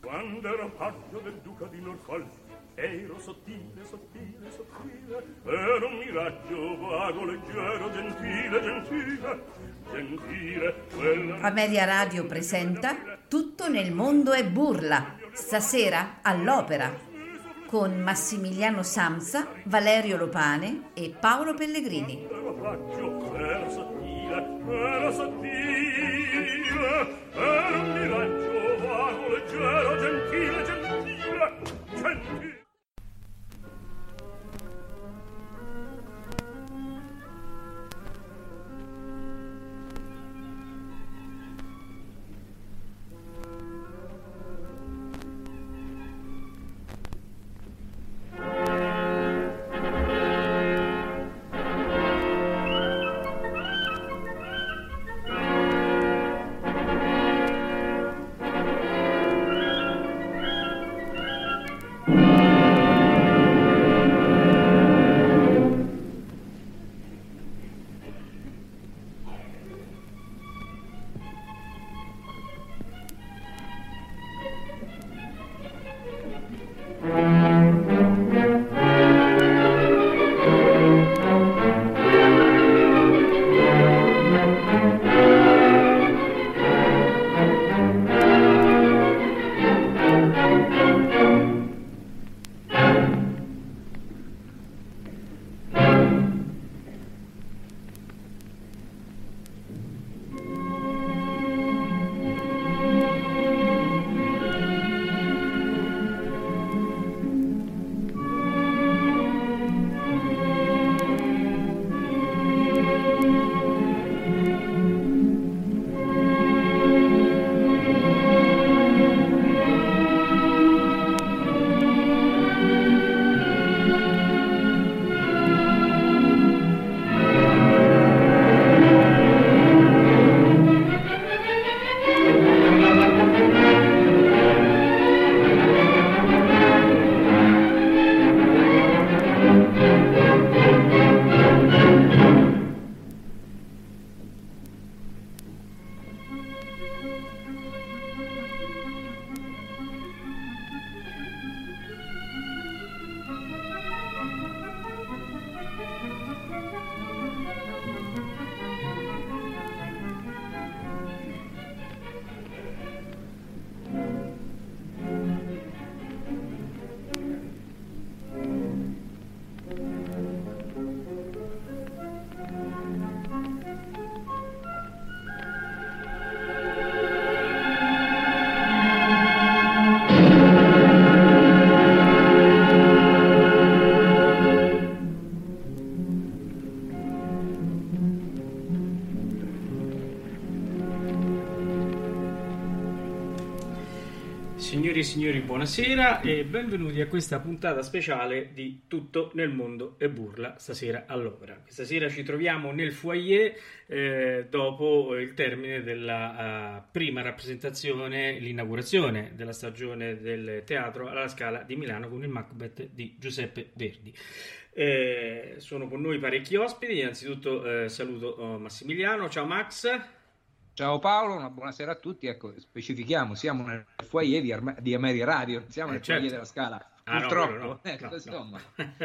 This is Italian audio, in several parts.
Quando ero paggio del duca di Norfolk, ero sottile, sottile, sottile, ero un miraggio vago, leggero, gentile, gentile, gentile. Ameria Radio presenta Tutto nel mondo è burla, stasera all'Opera, con Massimiliano Samsa, Valerio Lopane e Paolo Pellegrini. Ero paggio, ero sottile, ero un miraggio vago, leggero, gentile, gentile, gentile. Signori e signori, buonasera e benvenuti a questa puntata speciale di Tutto nel mondo è burla, stasera all'Opera. Questa sera ci troviamo nel foyer dopo il termine della prima rappresentazione, l'inaugurazione della stagione del teatro alla Scala di Milano con il Macbeth di Giuseppe Verdi. Sono con noi parecchi ospiti, innanzitutto saluto Massimiliano, ciao Max. Ciao Paolo, una buonasera a tutti. Ecco, specifichiamo, siamo nel foyer di Ameria Radio, siamo nel foyer della Scala. Purtroppo, insomma.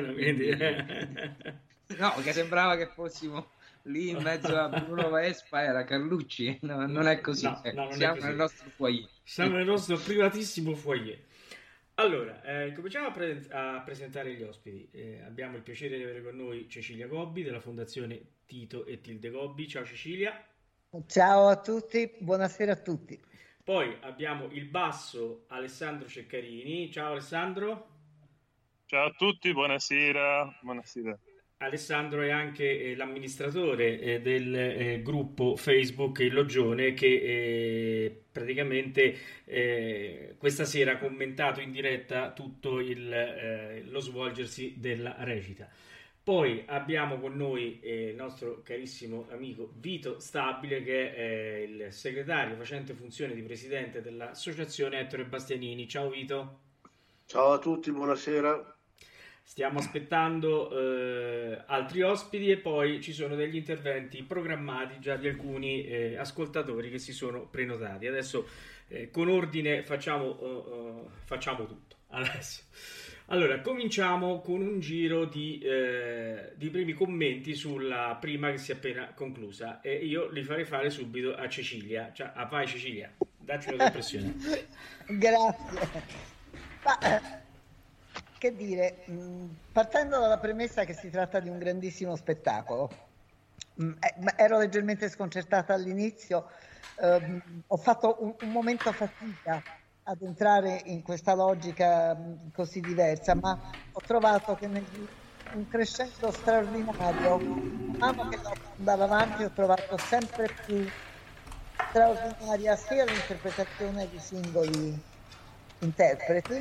No, perché sembrava che fossimo lì in mezzo a Bruno Vespa, era Carlucci, non è così. Siamo nel nostro foyer. Siamo nel nostro privatissimo foyer. Allora, cominciamo a presentare gli ospiti. Abbiamo il piacere di avere con noi Cecilia Gobbi della Fondazione Tito e Tilde Gobbi. Ciao Cecilia. Ciao a tutti, buonasera a tutti. Poi abbiamo il basso Alessandro Ceccarini. Ciao Alessandro. Ciao a tutti, buonasera. Buonasera. Alessandro è anche l'amministratore del gruppo Facebook Il Loggione che praticamente questa sera ha commentato in diretta tutto lo svolgersi della recita. Poi abbiamo con noi il nostro carissimo amico Vito Stabile, che è il segretario facente funzione di presidente dell'associazione Ettore Bastianini. Ciao Vito. Ciao a tutti, buonasera. Stiamo aspettando altri ospiti e poi ci sono degli interventi programmati già di alcuni ascoltatori che si sono prenotati. Adesso con ordine facciamo tutto adesso. Allora, cominciamo con un giro di primi commenti sulla prima che si è appena conclusa, e io li farei fare subito a Cecilia. Cioè, vai Cecilia, dacci una tua impressione. Grazie. Ma, che dire, partendo dalla premessa che si tratta di un grandissimo spettacolo, ero leggermente sconcertata all'inizio, ho fatto un momento fatica ad entrare in questa logica così diversa, ma ho trovato che un crescendo straordinario, man mano che andava avanti, ho trovato sempre più straordinaria sia l'interpretazione di singoli interpreti,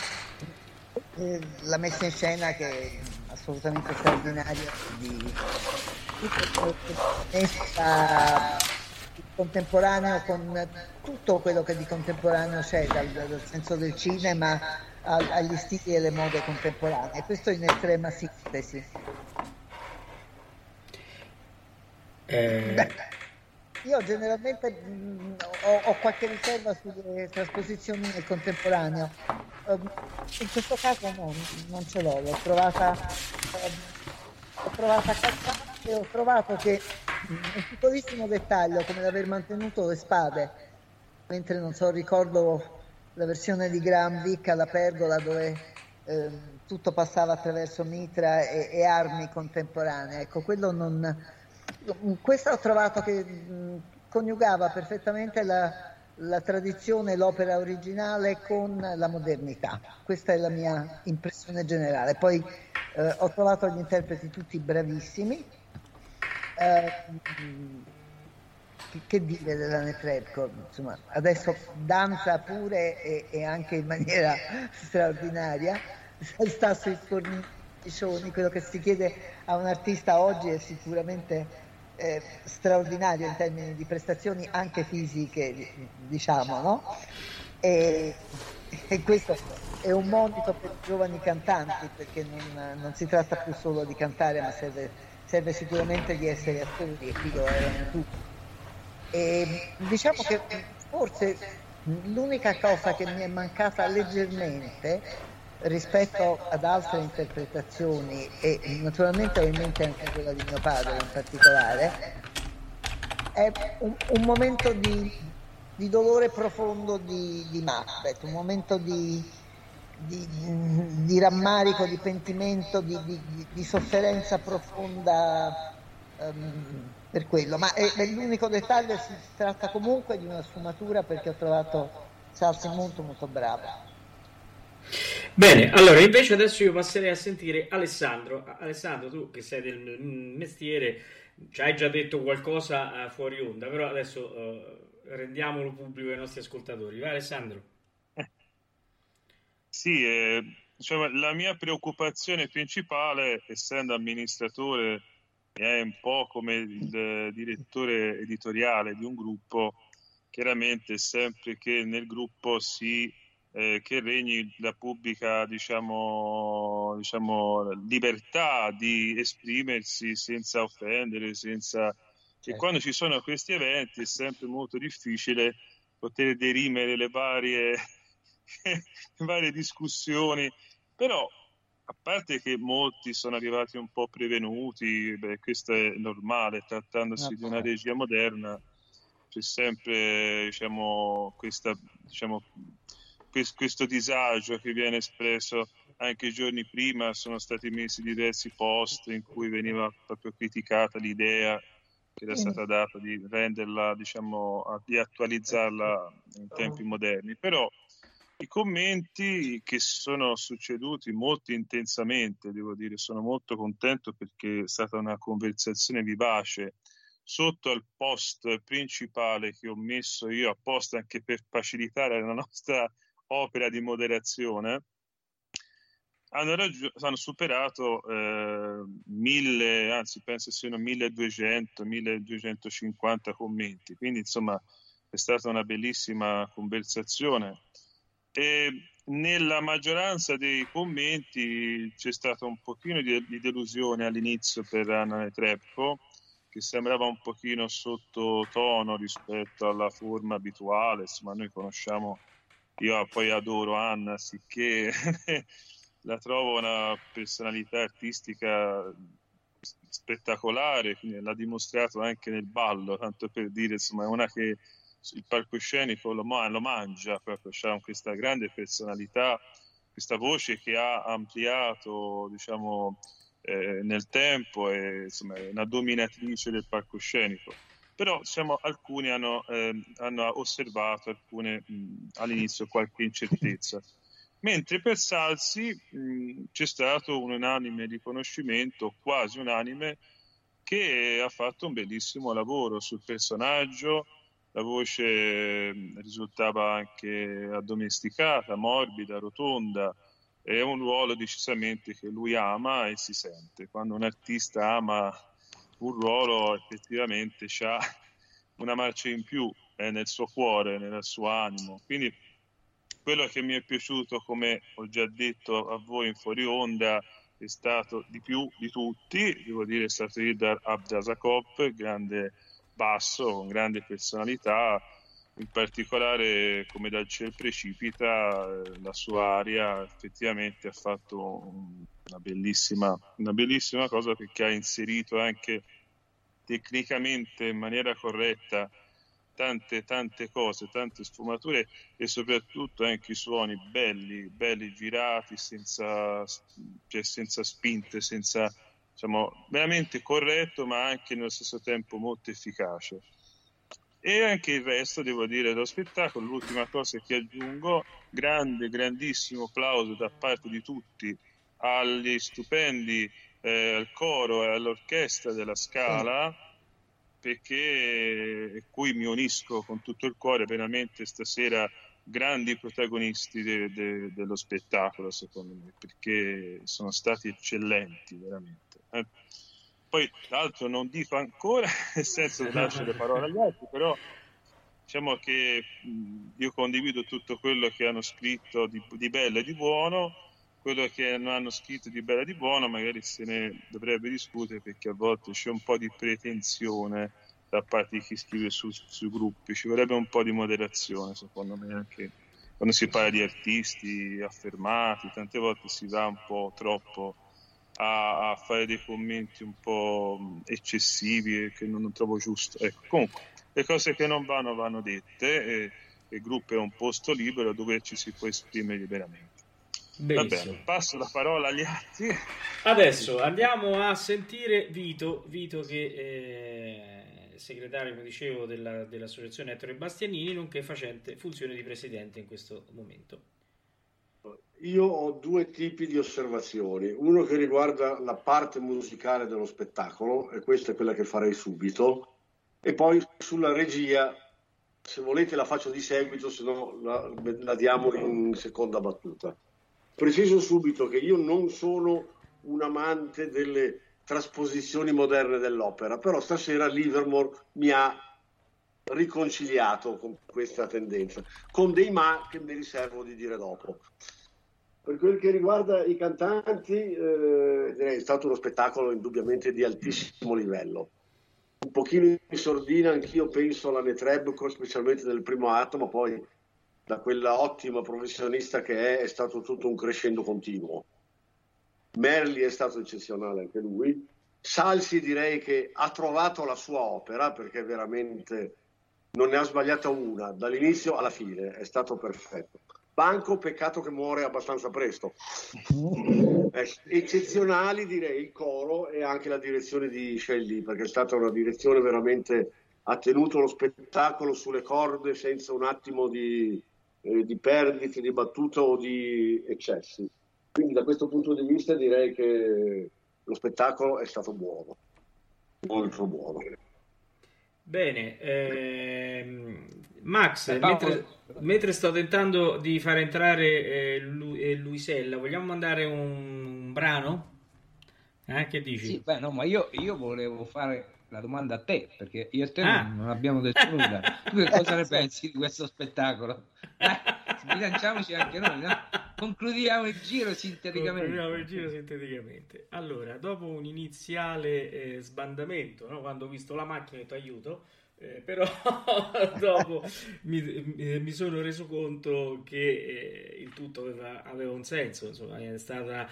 la messa in scena che è assolutamente straordinaria di il contemporaneo, con tutto quello che di contemporaneo c'è, dal senso del cinema agli stili e le mode contemporanee, questo in estrema sintesi. Io generalmente ho qualche riserva sulle trasposizioni nel contemporaneo, in questo caso no, non ce l'ho, l'ho trovata calzante, e ho trovato che un piccolissimo dettaglio come l'aver mantenuto le spade, mentre non so, ricordo la versione di Graham Vick alla Pergola dove tutto passava attraverso mitra e armi contemporanee, ecco, questo ho trovato che coniugava perfettamente la tradizione, l'opera originale con la modernità. Questa è la mia impressione generale. Poi ho trovato gli interpreti tutti bravissimi. Che dire della Netrebko? Insomma, adesso danza pure e anche in maniera straordinaria, sta sui cornicioni. Quello che si chiede a un artista oggi è sicuramente straordinario in termini di prestazioni anche fisiche, diciamo, no? E questo è un monito per i giovani cantanti, perché non si tratta più solo di cantare, ma serve sicuramente di essere attori, e qui lo erano tutti. E diciamo che forse l'unica cosa che mi è mancata leggermente rispetto ad altre interpretazioni, e naturalmente ho in mente anche quella di mio padre in particolare, è un momento di dolore profondo di Macbeth, un momento di rammarico, di pentimento, di sofferenza profonda per quello, ma è l'unico dettaglio. Si tratta comunque di una sfumatura, perché ho trovato Charles molto molto bravo. Bene, allora invece adesso io passerei a sentire Alessandro. Alessandro, tu che sei del mestiere, ci hai già detto qualcosa fuori onda, però adesso rendiamolo pubblico ai nostri ascoltatori. Vai Alessandro. Sì, diciamo, la mia preoccupazione principale, essendo amministratore, è un po' come il direttore editoriale di un gruppo, chiaramente sempre che nel gruppo che regni la pubblica, diciamo, libertà di esprimersi senza offendere, E quando ci sono questi eventi è sempre molto difficile poter dirimere le varie discussioni, però a parte che molti sono arrivati un po' prevenuti, questo è normale, trattandosi di una regia moderna, c'è sempre, diciamo, questo disagio che viene espresso. Anche i giorni prima sono stati messi diversi post in cui veniva proprio criticata l'idea che era stata data di renderla, diciamo, di attualizzarla in tempi moderni. Però i commenti che sono succeduti molto intensamente, devo dire, sono molto contento perché è stata una conversazione vivace sotto al post principale che ho messo io apposta anche per facilitare la nostra opera di moderazione. Hanno superato 1000, anzi penso siano 1200-1250 commenti, quindi insomma è stata una bellissima conversazione. E nella maggioranza dei commenti c'è stato un pochino di delusione all'inizio per Anna Netrebko, che sembrava un pochino sottotono rispetto alla forma abituale. Insomma, noi conosciamo, io poi adoro Anna, sicché la trovo una personalità artistica spettacolare, l'ha dimostrato anche nel ballo, tanto per dire, insomma, è una che il palcoscenico lo mangia proprio, c'ha questa grande personalità, questa voce che ha ampliato, diciamo, nel tempo, e insomma è una dominatrice del palcoscenico. Però diciamo, alcuni hanno osservato all'inizio qualche incertezza, mentre per Salsi c'è stato un unanime riconoscimento, quasi unanime, che ha fatto un bellissimo lavoro sul personaggio. La voce risultava anche addomesticata, morbida, rotonda. È un ruolo decisamente che lui ama e si sente. Quando un artista ama un ruolo, effettivamente c'ha una marcia in più nel suo cuore, nel suo animo. Quindi quello che mi è piaciuto, come ho già detto a voi in fuori onda, è stato di più di tutti, devo dire, è stato Eldar Abdrazakov, grande basso, con grande personalità. In particolare, come dal cielo precipita, la sua aria effettivamente ha fatto una bellissima cosa, perché ha inserito anche tecnicamente in maniera corretta tante cose, tante sfumature, e soprattutto anche i suoni belli girati, senza spinte, diciamo, veramente corretto, ma anche nello stesso tempo molto efficace. E anche il resto, devo dire, dello spettacolo. L'ultima cosa che aggiungo: grandissimo applauso da parte di tutti agli stupendi, al coro e all'orchestra della Scala, perché qui mi unisco con tutto il cuore. Veramente stasera grandi protagonisti dello spettacolo, secondo me, perché sono stati eccellenti veramente. Poi tra l'altro non dico ancora, nel senso che lascio le parole agli altri, però diciamo che io condivido tutto quello che hanno scritto di bello e di buono. Quello che non hanno scritto di bello e di buono magari se ne dovrebbe discutere, perché a volte c'è un po' di pretensione da parte di chi scrive sui gruppi. Ci vorrebbe un po' di moderazione, secondo me, anche quando si parla di artisti affermati. Tante volte si va un po' troppo a fare dei commenti un po' eccessivi, e che non trovo giusto. Ecco, comunque le cose che non vanno dette, e il gruppo è un posto libero dove ci si può esprimere liberamente. Va bene, passo la parola agli altri. Adesso andiamo a sentire Vito che è segretario, come dicevo, dell'associazione Ettore Bastianini, nonché facente funzione di presidente in questo momento. Io ho due tipi di osservazioni, uno che riguarda la parte musicale dello spettacolo, e questa è quella che farei subito, e poi sulla regia, se volete la faccio di seguito, se no la diamo in seconda battuta. Preciso subito che io non sono un amante delle trasposizioni moderne dell'opera, però stasera Livermore mi ha riconciliato con questa tendenza, con dei ma che mi riservo di dire dopo. Per quel che riguarda i cantanti, direi è stato uno spettacolo indubbiamente di altissimo livello. Un pochino in sordina anch'io penso alla Netrebko, specialmente nel primo atto, ma poi da quella ottima professionista che è stato tutto un crescendo continuo. Merli è stato eccezionale anche lui. Salsi direi che ha trovato la sua opera, perché veramente non ne ha sbagliata una, dall'inizio alla fine, è stato perfetto. Banco, peccato che muore abbastanza presto. Eccezionali direi il coro e anche la direzione di Shelley, perché è stata una direzione veramente, ha tenuto lo spettacolo sulle corde senza un attimo di perdite, di battuta o di eccessi. Quindi da questo punto di vista direi che lo spettacolo è stato buono, molto buono. Bene, Max, mentre sto tentando di far entrare Luisella, vogliamo mandare un brano? Che dici? Sì, no, ma io volevo fare la domanda a te, perché io e te non abbiamo detto nulla. Tu che cosa ne pensi di questo spettacolo? Sbilanciamoci anche noi, no? Concludiamo il giro sinteticamente. Allora, dopo un iniziale sbandamento, no? Quando ho visto la macchina ti aiuto, però dopo mi sono reso conto che il tutto aveva un senso. Insomma, è stata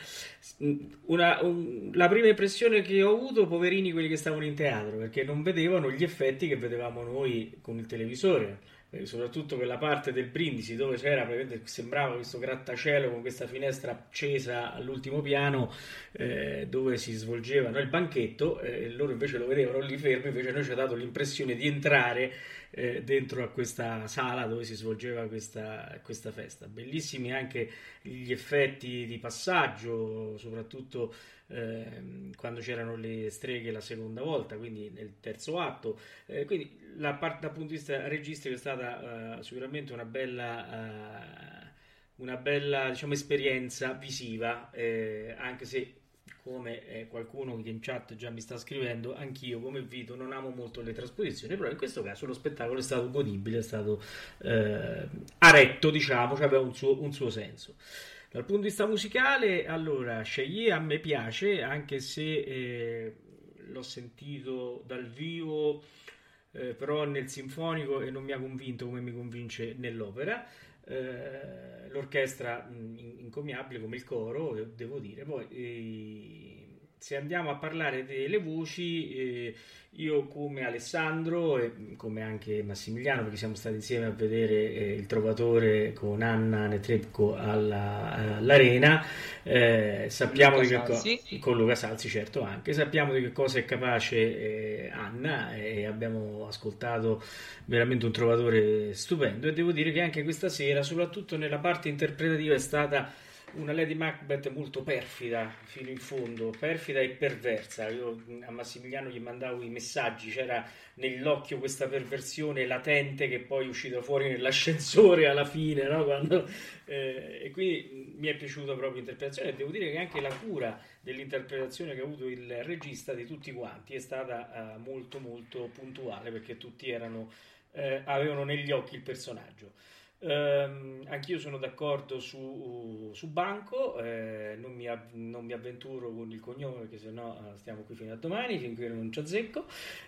la prima impressione che ho avuto, poverini quelli che stavano in teatro, perché non vedevano gli effetti che vedevamo noi con il televisore. Soprattutto quella parte del Brindisi dove c'era, sembrava questo grattacielo con questa finestra accesa all'ultimo piano, dove si svolgeva il banchetto, loro invece lo vedevano lì fermi, invece noi ci ha dato l'impressione di entrare dentro a questa sala dove si svolgeva questa festa. Bellissimi anche gli effetti di passaggio, soprattutto quando c'erano le streghe la seconda volta, quindi nel terzo atto, quindi la parte dal punto di vista registico è stata sicuramente una bella diciamo esperienza visiva, anche se come qualcuno che in chat già mi sta scrivendo, anch'io come Vito non amo molto le trasposizioni, però in questo caso lo spettacolo è stato godibile, è stato aretto, diciamo, cioè aveva un suo senso. Dal punto di vista musicale, allora, Cheyenne a me piace, anche se l'ho sentito dal vivo, però nel sinfonico e non mi ha convinto come mi convince nell'opera. L'orchestra incommiabile come il coro, devo dire. Poi se andiamo a parlare delle voci, io come Alessandro e come anche Massimiliano, perché siamo stati insieme a vedere Il Trovatore con Anna Netrebko all'Arena, sappiamo con Luca Salsi, certo, anche sappiamo di che cosa è capace Anna, e abbiamo ascoltato veramente un Trovatore stupendo, e devo dire che anche questa sera, soprattutto nella parte interpretativa, è stata una Lady Macbeth molto perfida fino in fondo, perfida e perversa. Io a Massimiliano gli mandavo i messaggi, c'era nell'occhio questa perversione latente che poi è uscita fuori nell'ascensore alla fine, no? E quindi mi è piaciuta proprio l'interpretazione, e devo dire che anche la cura dell'interpretazione che ha avuto il regista di tutti quanti è stata molto molto puntuale, perché tutti avevano negli occhi il personaggio. Anch'io sono d'accordo su Banco, non mi avventuro con il cognome, perché sennò stiamo qui fino a domani, finché non ci azzecco.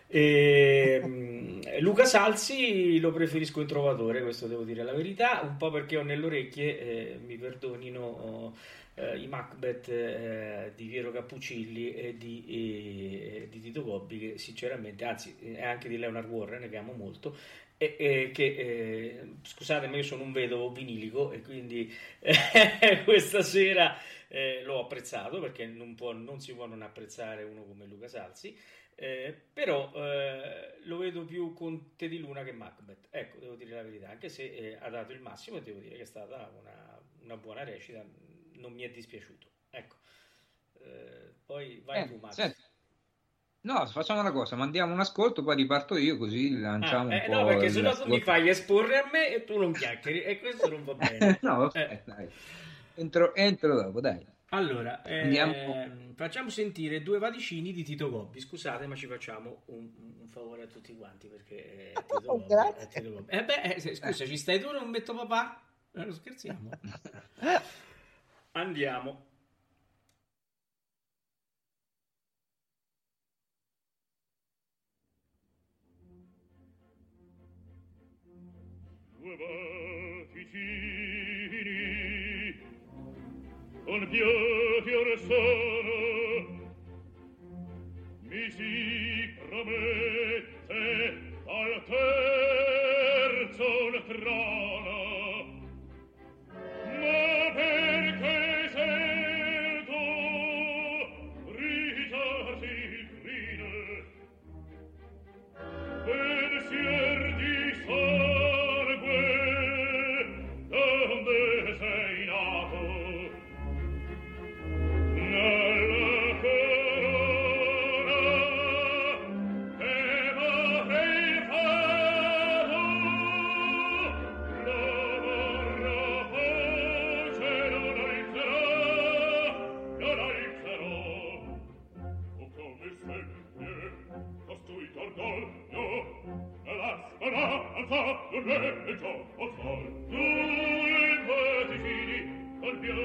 Luca Salsi lo preferisco in Trovatore, questo devo dire la verità, un po' perché ho nelle orecchie, mi perdonino, i Macbeth di Piero Cappuccilli e di Tito Gobbi, che sinceramente, anzi anche di Leonard Warren, che amo molto, scusate, ma io sono un vedovo vinilico, e quindi questa sera l'ho apprezzato, perché non si può non apprezzare uno come Luca Salsi, però lo vedo più Conte di Luna che Macbeth, ecco, devo dire la verità, anche se ha dato il massimo, e devo dire che è stata una buona recita, non mi è dispiaciuto, ecco. Poi vai tu, Max. Senti. No, facciamo una cosa, mandiamo un ascolto, poi riparto io, così lanciamo un po'. No, perché sennò tu mi fai esporre a me e tu non chiacchieri, e questo non va bene. No, aspetta, dai. Entro dopo, dai. Allora, facciamo sentire due vaticini di Tito Gobbi. Scusate, ma ci facciamo un favore a tutti quanti, perché Tito Gobbi, Tito Gobbi. Scusa, ci stai tu, non metto papà? Non scherziamo. Andiamo. Due vaticini con piedi or sono mi si promette al terzo il trono, ma perché sento ritarsi il crine pensier di sangue donde sei nato nella corona che vorrei fato la vorrà pace non alzerò o come sempre costui t'orgoglio la speranza non è già o sol due vaticini col piede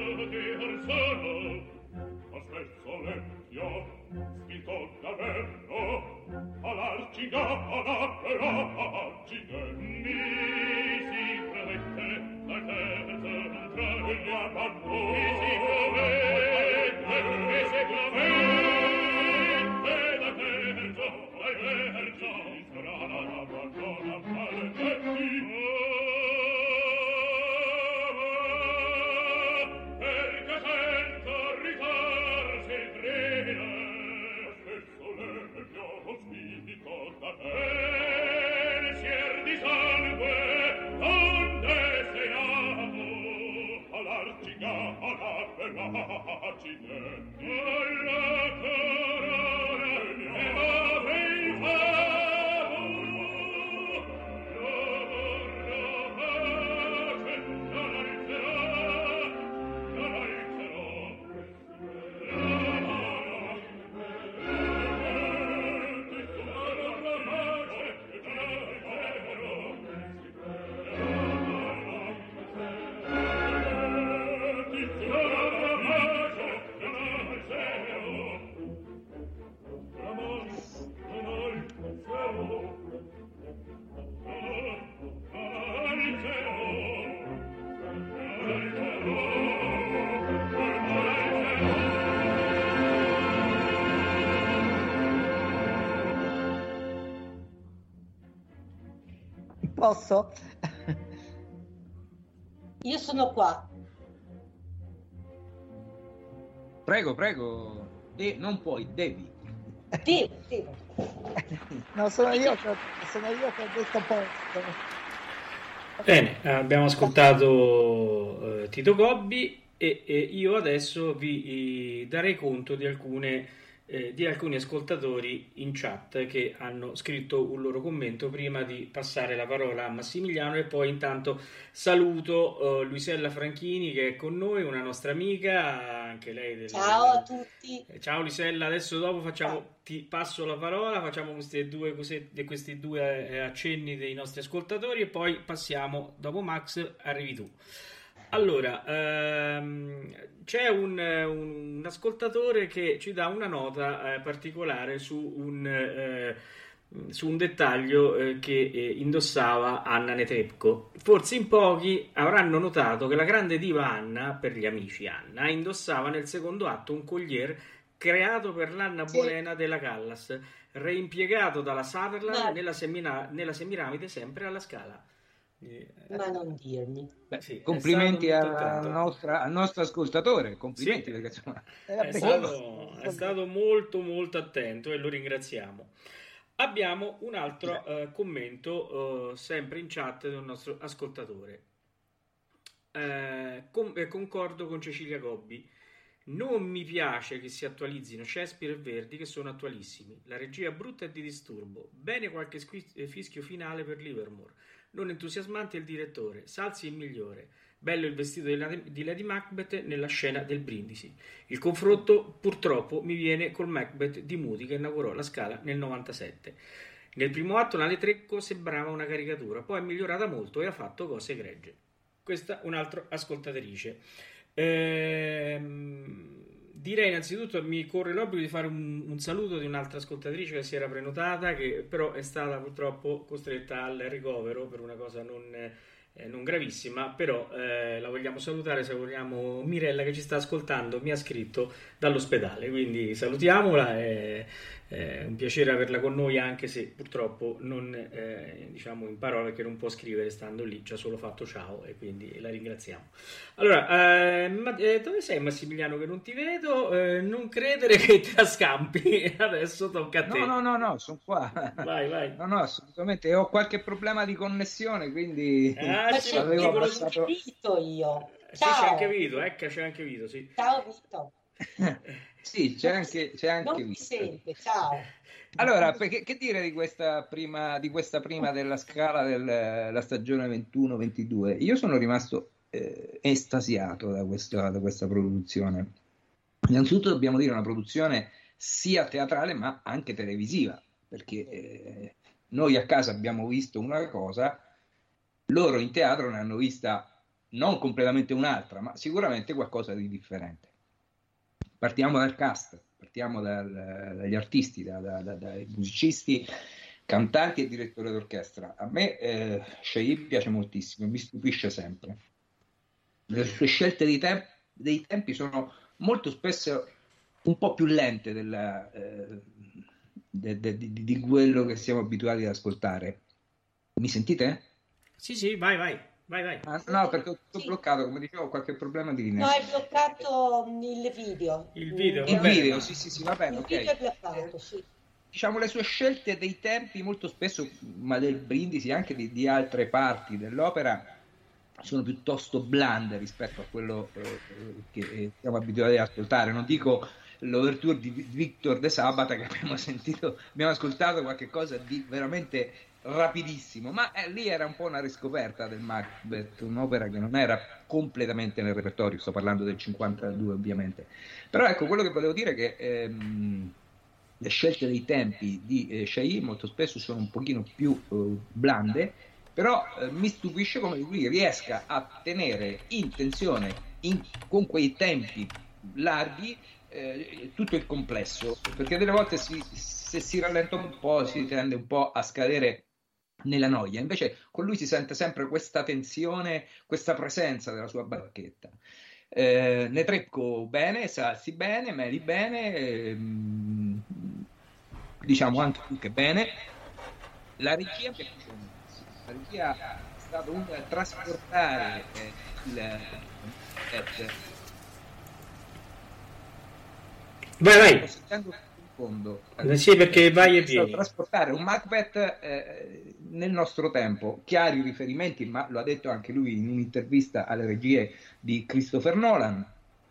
Posso? Io sono qua. Prego, prego. Non puoi, devi. Devo. No, sono io che ho detto posto. Bene, abbiamo ascoltato Tito Gobbi e io adesso vi darei conto di alcuni ascoltatori in chat che hanno scritto un loro commento prima di passare la parola a Massimiliano, e poi intanto saluto Luisella Franchini, che è con noi, una nostra amica, anche lei. Ciao a tutti. Ciao Luisella, adesso dopo ti passo la parola, facciamo questi due accenni dei nostri ascoltatori e poi passiamo, dopo Max arrivi tu. Allora, c'è un ascoltatore che ci dà una nota particolare su un dettaglio che indossava Anna Netrebko. Forse in pochi avranno notato che la grande diva Anna, per gli amici Anna, indossava nel secondo atto un collier creato per l'Anna Bolena della Callas, reimpiegato dalla Sutherland nella Semiramide, sempre alla Scala. Ma non dirmi. Beh, sì, complimenti al nostro ascoltatore, complimenti, sì, perché insomma, è stato molto molto attento e lo ringraziamo. Abbiamo un altro commento sempre in chat del nostro ascoltatore. Concordo con Cecilia Gobbi. Non mi piace che si attualizzino Shakespeare e Verdi, che sono attualissimi. La regia brutta e di disturbo. Bene qualche fischio finale per Livermore. Non entusiasmante il direttore. Salsi il migliore. Bello il vestito di Lady Macbeth nella scena del brindisi. Il confronto purtroppo mi viene col Macbeth di Moody, che inaugurò la Scala nel 97. Nel primo atto la Netrebko sembrava una caricatura, poi è migliorata molto e ha fatto cose egregie. Questa un'altra ascoltatrice. Direi innanzitutto mi corre l'obbligo di fare un saluto di un'altra ascoltatrice che si era prenotata, che però è stata purtroppo costretta al ricovero per una cosa non gravissima, però la vogliamo salutare. Salutiamo Mirella, che ci sta ascoltando, mi ha scritto dall'ospedale, quindi salutiamola, è un piacere averla con noi, anche se purtroppo non diciamo in parole, che non può scrivere stando lì, ci ha solo fatto ciao e quindi la ringraziamo. Allora, dove sei Massimiliano, che non ti vedo? Non credere che te la scampi, adesso tocca a te. No, sono qua. Vai. No, assolutamente, ho qualche problema di connessione, quindi avevo abbassato io. Ciao. Sì, c'è anche Vito, sì. Ciao Vito. Sì, c'è anche non Vito. Mi sente, ciao. Allora, che dire di questa prima della Scala della stagione 21-22? Io sono rimasto estasiato da questa produzione. Innanzitutto dobbiamo dire una produzione sia teatrale ma anche televisiva, perché noi a casa abbiamo visto una cosa, loro in teatro ne hanno vista non completamente un'altra, ma sicuramente qualcosa di differente. Partiamo dal cast, partiamo dagli artisti, dai musicisti. cantanti e direttore d'orchestra. A me Shaib piace moltissimo, mi stupisce sempre. Le sue scelte dei tempi sono molto spesso un po' più lente di quello che siamo abituati ad ascoltare. Mi sentite? Sì, vai. Ah, no, perché ho tutto Sì. bloccato, come dicevo, ho qualche problema di linea. No, hai bloccato il video. Il video, Il va bene. video, sì, va bene, Il ok. video è bloccato, sì. Diciamo, le sue scelte dei tempi molto spesso, ma del Brindisi anche di altre parti dell'opera, sono piuttosto blande rispetto a quello che siamo abituati ad ascoltare. Non dico l'ouverture di Victor De Sabata, che abbiamo ascoltato qualche cosa di veramente rapidissimo, ma lì era un po' una riscoperta del Macbeth, un'opera che non era completamente nel repertorio, sto parlando del 52 ovviamente. Però ecco, quello che volevo dire è che le scelte dei tempi di Shahi molto spesso sono un pochino più blande, però mi stupisce come lui riesca a tenere in tensione con quei tempi larghi tutto il complesso, perché delle volte se si rallenta un po' si tende un po' a scadere nella noia. Invece con lui si sente sempre questa tensione, questa presenza della sua barchetta. Netrebko bene, Salsi bene, Meli bene, diciamo anche Luke bene. La regia mi è piaciuta moltissimo. La regia è stato un trasportare Vai. sto sentendo in fondo. Sì, perché vai e vieni. Trasportare un Macbeth nel nostro tempo, chiari riferimenti, ma lo ha detto anche lui in un'intervista alle regie di Christopher Nolan.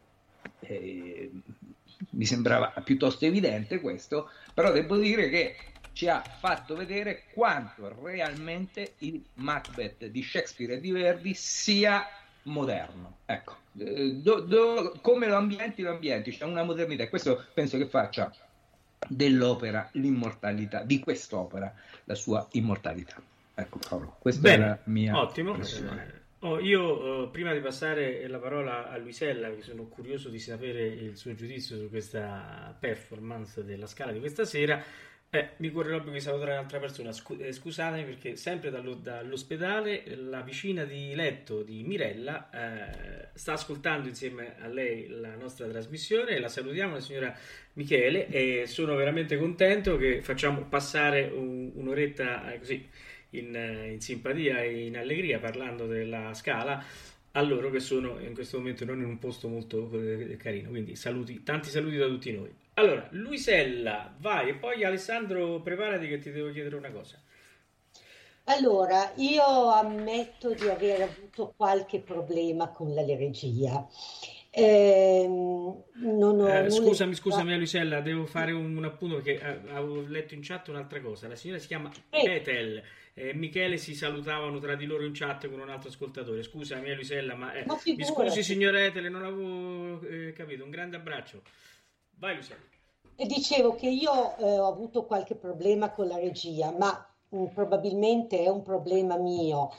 Mi sembrava piuttosto evidente questo, però devo dire che ci ha fatto vedere quanto realmente il Macbeth di Shakespeare e di Verdi sia moderno. Ecco, come lo ambienti, c'è una modernità, e questo penso che faccia dell'opera l'immortalità, di quest'opera la sua immortalità. Ecco Paolo, questa è la mia ottimo. impressione. Io prima di passare la parola a Luisella, che sono curioso di sapere il suo giudizio su questa performance della Scala di questa sera, mi corre l'obbligo di salutare un'altra persona. Scusatemi, perché sempre dall'ospedale la vicina di letto di Mirella sta ascoltando insieme a lei la nostra trasmissione. La salutiamo, la signora Michele, e sono veramente contento che facciamo passare un'oretta così in simpatia e in allegria, parlando della Scala a loro che sono in questo momento non in un posto molto carino. Quindi tanti saluti da tutti noi. Allora, Luisella, vai, e poi Alessandro, preparati che ti devo chiedere una cosa. Allora, io ammetto di aver avuto qualche problema con la regia. Scusami Luisella, devo fare un appunto, perché avevo letto in chat un'altra cosa. La signora si chiama Ethel. Michele si salutavano tra di loro in chat con un altro ascoltatore. Scusami Luisella, ma mi scusi signora Ethel, non avevo capito. Un grande abbraccio. Vai Luisella. E dicevo che io ho avuto qualche problema con la regia, ma probabilmente è un problema mio.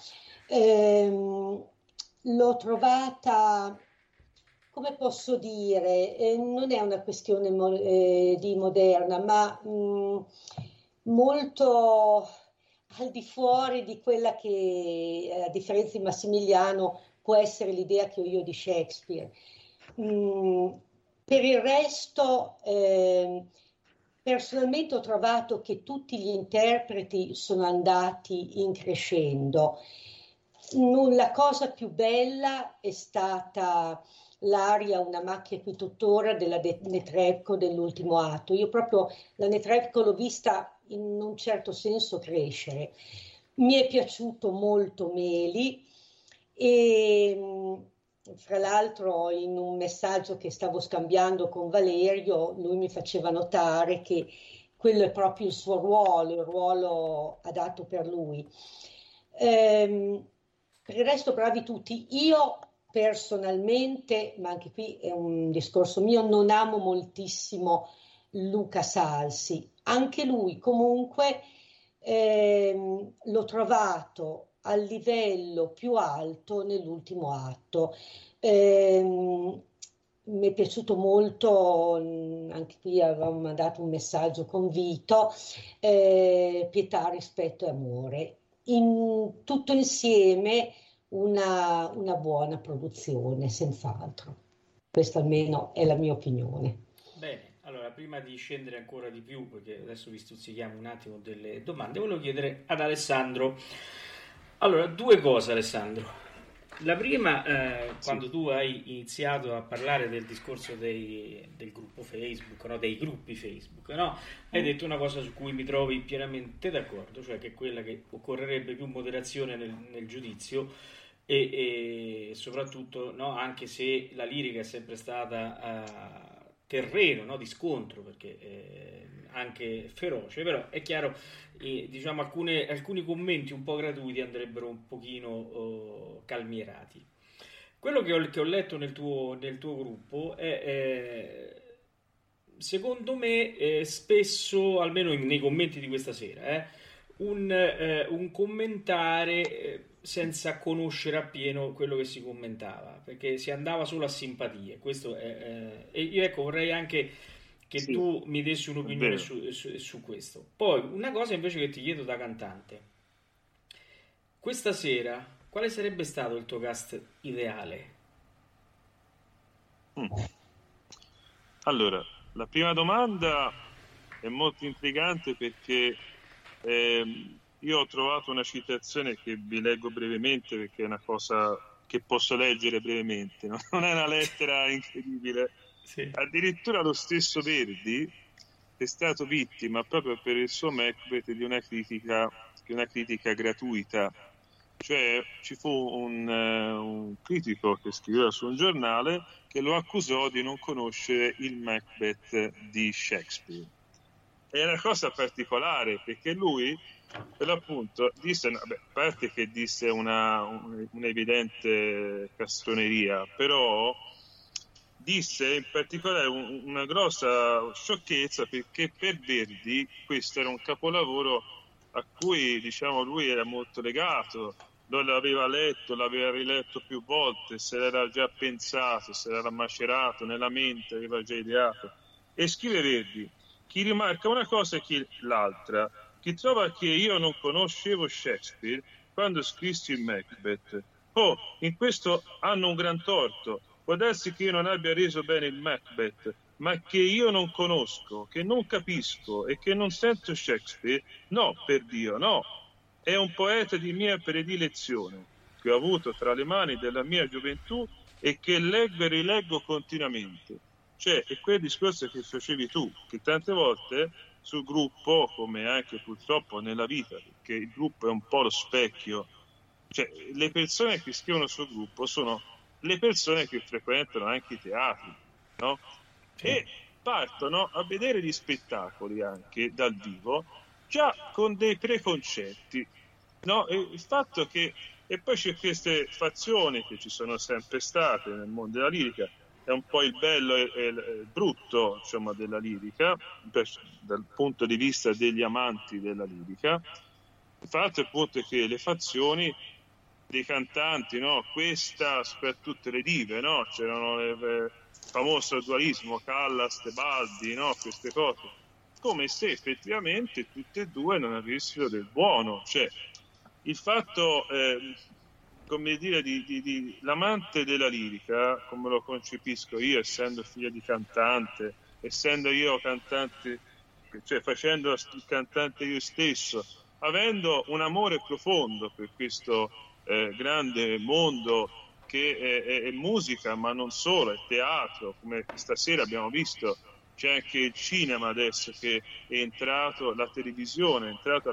L'ho trovata, come posso dire, non è una questione di moderna, ma molto al di fuori di quella che, a differenza di Massimiliano, può essere l'idea che ho io di Shakespeare. Per il resto, personalmente ho trovato che tutti gli interpreti sono andati in crescendo. La cosa più bella è stata l'aria Una macchia qui tuttora della Netrebko dell'ultimo atto. Io proprio la Netrebko l'ho vista in un certo senso crescere. Mi è piaciuto molto Meli, e fra l'altro in un messaggio che stavo scambiando con Valerio, lui mi faceva notare che quello è proprio il suo ruolo, il ruolo adatto per lui. Per il resto bravi tutti. Io personalmente, ma anche qui è un discorso mio, non amo moltissimo Luca Salsi. Anche lui comunque l'ho trovato al livello più alto nell'ultimo atto. Mi mi è piaciuto molto, anche qui avevamo mandato un messaggio con Vito, pietà, rispetto e amore. Tutto insieme una buona produzione, senz'altro. Questa almeno è la mia opinione. Bene, allora prima di scendere ancora di più, perché adesso vi stuzzichiamo un attimo delle domande, volevo chiedere ad Alessandro. Allora, due cose, Alessandro. La prima, quando tu hai iniziato a parlare del discorso del gruppo Facebook, no? Dei gruppi Facebook, no? Hai detto una cosa su cui mi trovi pienamente d'accordo, cioè che è quella che occorrerebbe più moderazione nel giudizio e soprattutto, no? Anche se la lirica è sempre stata terreno, no? Di scontro, perché anche feroce, però è chiaro, diciamo alcuni commenti un po' gratuiti andrebbero un pochino calmierati. Quello che ho letto nel tuo gruppo è secondo me spesso, almeno nei commenti di questa sera, un commentare senza conoscere appieno quello che si commentava, perché si andava solo a simpatie. Questo e io, ecco, vorrei anche che tu mi dessi un'opinione su questo. Poi una cosa invece che ti chiedo da cantante: questa sera quale sarebbe stato il tuo cast ideale? Allora, la prima domanda è molto intrigante perché io ho trovato una citazione che vi leggo brevemente, perché è una cosa che posso leggere brevemente, no? Non è una lettera incredibile. Sì. Addirittura lo stesso Verdi è stato vittima proprio per il suo Macbeth di una critica gratuita. Cioè ci fu un critico che scriveva su un giornale che lo accusò di non conoscere il Macbeth di Shakespeare. È una cosa particolare perché lui, per l'appunto, disse, a parte che disse un'evidente castroneria, però disse in particolare una grossa sciocchezza, perché per Verdi questo era un capolavoro a cui, diciamo, lui era molto legato. Lo l'aveva letto, l'aveva riletto più volte, se l'era già pensato, se l'era macerato nella mente, aveva già ideato. E scrive Verdi: chi rimarca una cosa e chi l'altra, chi trova che io non conoscevo Shakespeare quando scrissi il Macbeth. In questo hanno un gran torto. Può darsi che io non abbia reso bene il Macbeth, ma che io non conosco, che non capisco e che non sento Shakespeare? No, per Dio, no. È un poeta di mia predilezione, che ho avuto tra le mani della mia gioventù e che leggo e rileggo continuamente. Cioè, è quel discorso che facevi tu, che tante volte sul gruppo, come anche purtroppo nella vita, perché il gruppo è un po' lo specchio, cioè le persone che scrivono sul gruppo sono le persone che frequentano anche i teatri, no? E partono a vedere gli spettacoli anche dal vivo già con dei preconcetti, no? E il fatto che, e poi c'è queste fazioni che ci sono sempre state nel mondo della lirica, è un po' il bello e il brutto, insomma, della lirica, dal punto di vista degli amanti della lirica. Il fatto appunto è che le fazioni dei cantanti, no? Questa per tutte le dive, no? C'erano il famoso dualismo Callas, Tebaldi, no? Queste cose, come se effettivamente tutte e due non avessero del buono. Cioè il fatto come dire di l'amante della lirica, come lo concepisco io, essendo figlio di cantante, essendo io cantante, cioè facendo il cantante io stesso, avendo un amore profondo per questo grande mondo che è musica, ma non solo, è teatro, come stasera abbiamo visto. C'è anche il cinema adesso che è entrato, la televisione è entrata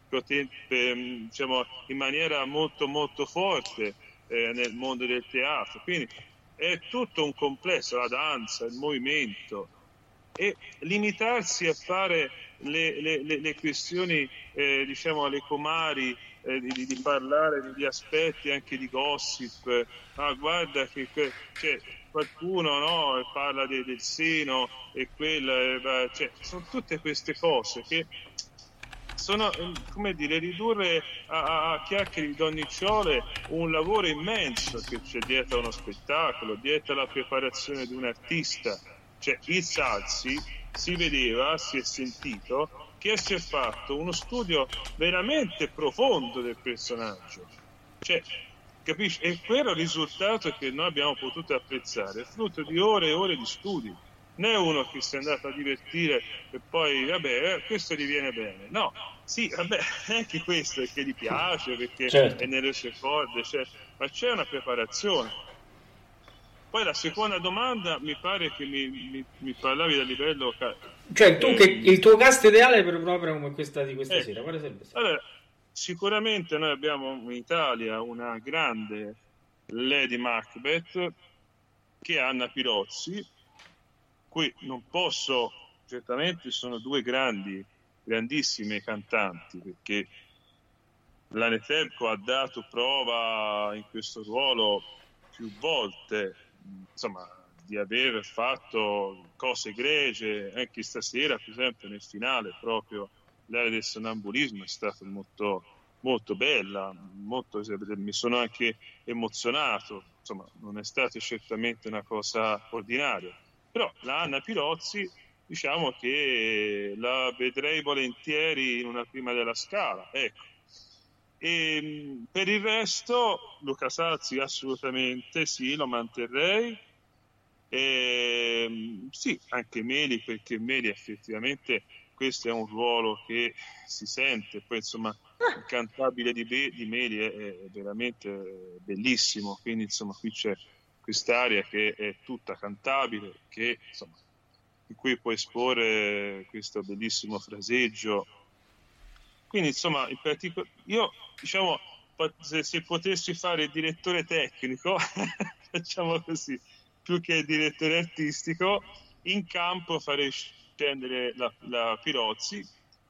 diciamo, in maniera molto molto forte nel mondo del teatro, quindi è tutto un complesso, la danza, il movimento, e limitarsi a fare le questioni diciamo alle comari, di parlare di aspetti anche di gossip, guarda che cioè, qualcuno, no, parla del seno e quella, cioè, sono tutte queste cose che sono, come dire, ridurre a chiacchiere di donnicciole un lavoro immenso che c'è dietro a uno spettacolo, dietro alla preparazione di un artista. Cioè, il Salsi si vedeva, si è sentito che si è fatto uno studio veramente profondo del personaggio. Cioè, capisci? E quello risultato che noi abbiamo potuto apprezzare è frutto di ore e ore di studi. Non è uno che si è andato a divertire e poi, vabbè, questo gli viene bene. No, sì, vabbè, anche questo è che gli piace, perché certo, è nelle sue corde, ma c'è una preparazione. Poi la seconda domanda, mi pare che mi parlavi dal livello... Cioè, tu che il tuo cast ideale per un'opera come questa di questa sera, quale sarebbe stato? Allora, sicuramente noi abbiamo in Italia una grande Lady Macbeth, che è Anna Pirozzi. Qui non posso, certamente sono due grandissime cantanti, perché la Netrebko ha dato prova in questo ruolo più volte, insomma, di aver fatto cose egregie. Anche stasera, per esempio, nel finale, proprio l'area del sonnambulismo è stata molto, molto bella, mi sono anche emozionato, insomma, non è stata certamente una cosa ordinaria. Però la Anna Pirozzi, diciamo che la vedrei volentieri in una prima della Scala, ecco. E per il resto Luca Salsi assolutamente sì, lo manterrei. Sì, anche Meli, perché Meli effettivamente questo è un ruolo che si sente. Poi insomma il cantabile di Meli è veramente bellissimo, quindi insomma qui c'è quest'area che è tutta cantabile, che insomma in cui puoi esporre questo bellissimo fraseggio. Quindi insomma in particolare io, diciamo, se potessi fare il direttore tecnico facciamo così, più che il direttore artistico, in campo farei scendere la Pirozzi,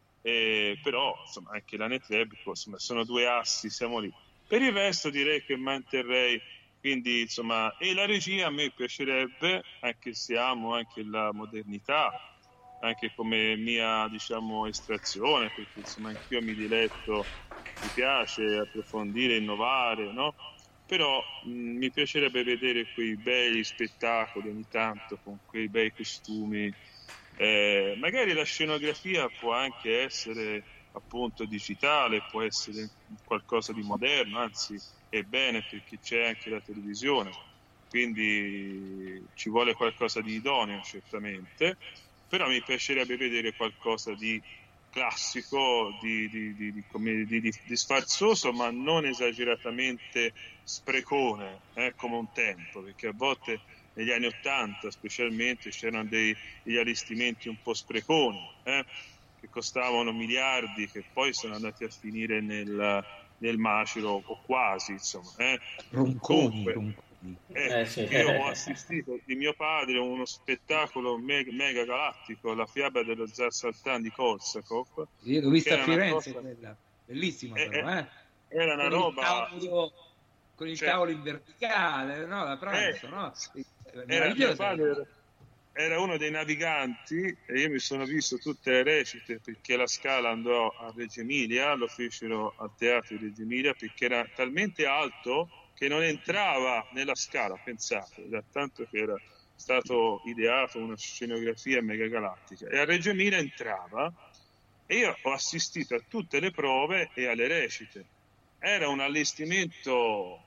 però insomma anche la Netrebko, insomma sono due assi, siamo lì. Per il resto direi che manterrei, quindi insomma, e la regia a me piacerebbe, anche se amo anche la modernità, anche come mia, diciamo, estrazione, perché insomma anch'io mi diletto, mi piace approfondire, innovare, no? Però mi piacerebbe vedere quei bei spettacoli ogni tanto con quei bei costumi. Magari la scenografia può anche essere appunto digitale, può essere qualcosa di moderno, anzi è bene perché c'è anche la televisione, quindi ci vuole qualcosa di idoneo certamente, però mi piacerebbe vedere qualcosa di classico, di sfarzoso, ma non esageratamente sprecone, come un tempo, perché a volte negli anni '80 specialmente c'erano degli allestimenti un po' spreconi, che costavano miliardi, che poi sono andati a finire nel macero o quasi, insomma. Ronconi. Sì. Io ho assistito di mio padre a uno spettacolo mega galattico, La fiaba dello zar Sultan di Korsakov. Io l'ho vista a Firenze, quella bellissima, però, era una roba con il tavolo in verticale, no? Da pranzo, no? Mio padre era uno dei naviganti e io mi sono visto tutte le recite, perché la Scala andò a Reggio Emilia, lo fecero al teatro di Reggio Emilia, perché era talmente alto che non entrava nella Scala, pensate, da tanto che era stato ideato una scenografia mega galattica, e a Reggio Emilia entrava, e io ho assistito a tutte le prove e alle recite. Era un allestimento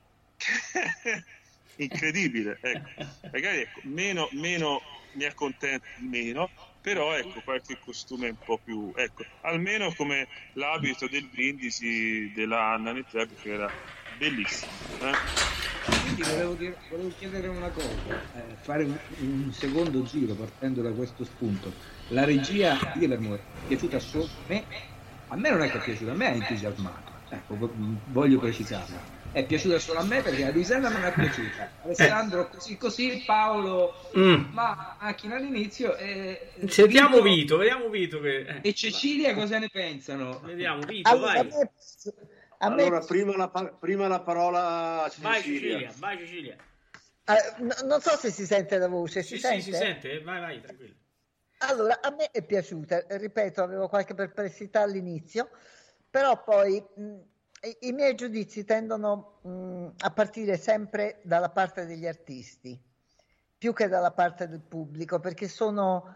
incredibile, ecco. Magari meno mi accontento di meno, però ecco qualche costume un po' più, ecco, almeno come l'abito del brindisi della Anna Netrebko, che era bellissimo. Quindi volevo chiedere una cosa, fare un secondo giro partendo da questo spunto. La regia di Guillermo è piaciuta solo a me non è che è piaciuta, a me ha entusiasmato, ecco, voglio precisarlo. È piaciuta solo a me, perché a Luisella non è piaciuta, Alessandro così, Paolo ma Macchina all'inizio, vediamo Vito che, e Cecilia cosa ne pensano? Vediamo Vito, allora, vai. Allora, prima la parola a Cecilia. Vai Cecilia. Non so se si sente la voce, si sente? Sì, si sente, vai, tranquillo. Allora, a me è piaciuta, ripeto, avevo qualche perplessità all'inizio, però poi i miei giudizi tendono a partire sempre dalla parte degli artisti, più che dalla parte del pubblico, perché sono,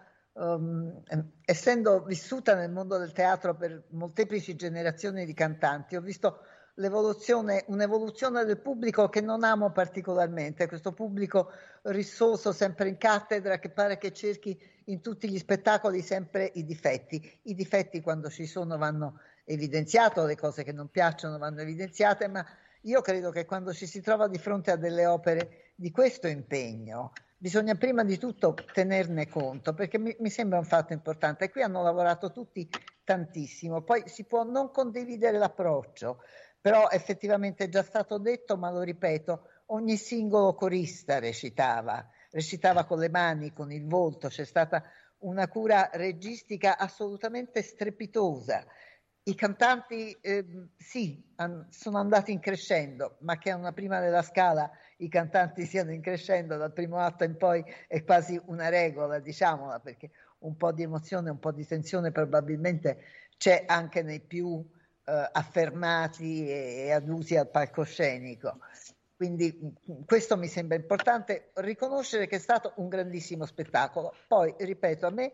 essendo vissuta nel mondo del teatro per molteplici generazioni di cantanti, ho visto un'evoluzione del pubblico che non amo particolarmente, questo pubblico rissoso, sempre in cattedra, che pare che cerchi in tutti gli spettacoli sempre i difetti. I difetti, quando ci sono, vanno evidenziati, le cose che non piacciono vanno evidenziate, ma io credo che quando ci si trova di fronte a delle opere di questo impegno bisogna prima di tutto tenerne conto, perché mi sembra un fatto importante. E qui hanno lavorato tutti tantissimo, poi si può non condividere l'approccio, però effettivamente è già stato detto, ma lo ripeto, ogni singolo corista recitava con le mani, con il volto, c'è stata una cura registica assolutamente strepitosa. I cantanti sì, sono andati in crescendo, ma che a una prima della scala i cantanti siano in crescendo dal primo atto in poi è quasi una regola, diciamola, perché un po' di emozione, un po' di tensione probabilmente c'è anche nei più affermati e adusi al palcoscenico. Quindi questo mi sembra importante, riconoscere che è stato un grandissimo spettacolo. Poi, ripeto, a me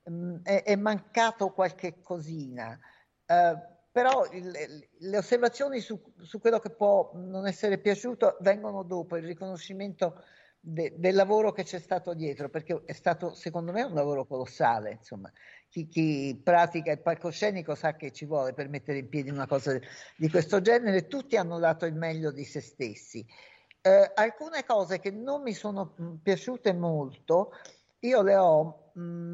è mancato qualche cosina, però le osservazioni su quello che può non essere piaciuto vengono dopo il riconoscimento del lavoro che c'è stato dietro, perché è stato, secondo me, un lavoro colossale, insomma. Chi pratica il palcoscenico sa che ci vuole per mettere in piedi una cosa di questo genere. Tutti hanno dato il meglio di se stessi. Alcune cose che non mi sono piaciute molto, io le ho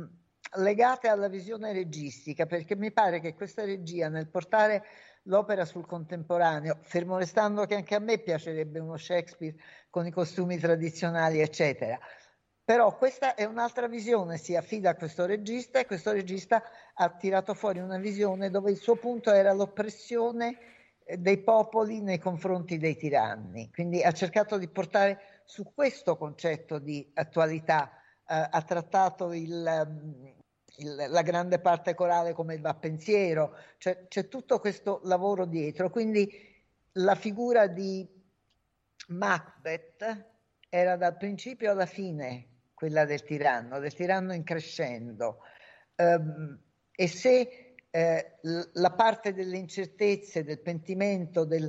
legate alla visione registica, perché mi pare che questa regia, nel portare l'opera sul contemporaneo, fermo restando che anche a me piacerebbe uno Shakespeare con i costumi tradizionali, eccetera, però questa è un'altra visione, si affida a questo regista, e questo regista ha tirato fuori una visione dove il suo punto era l'oppressione dei popoli nei confronti dei tiranni, quindi ha cercato di portare su questo concetto di attualità, ha trattato la grande parte corale come il va pensiero, c'è tutto questo lavoro dietro, quindi la figura di Macbeth era dal principio alla fine quella del tiranno in crescendo, e se la parte delle incertezze, del pentimento, del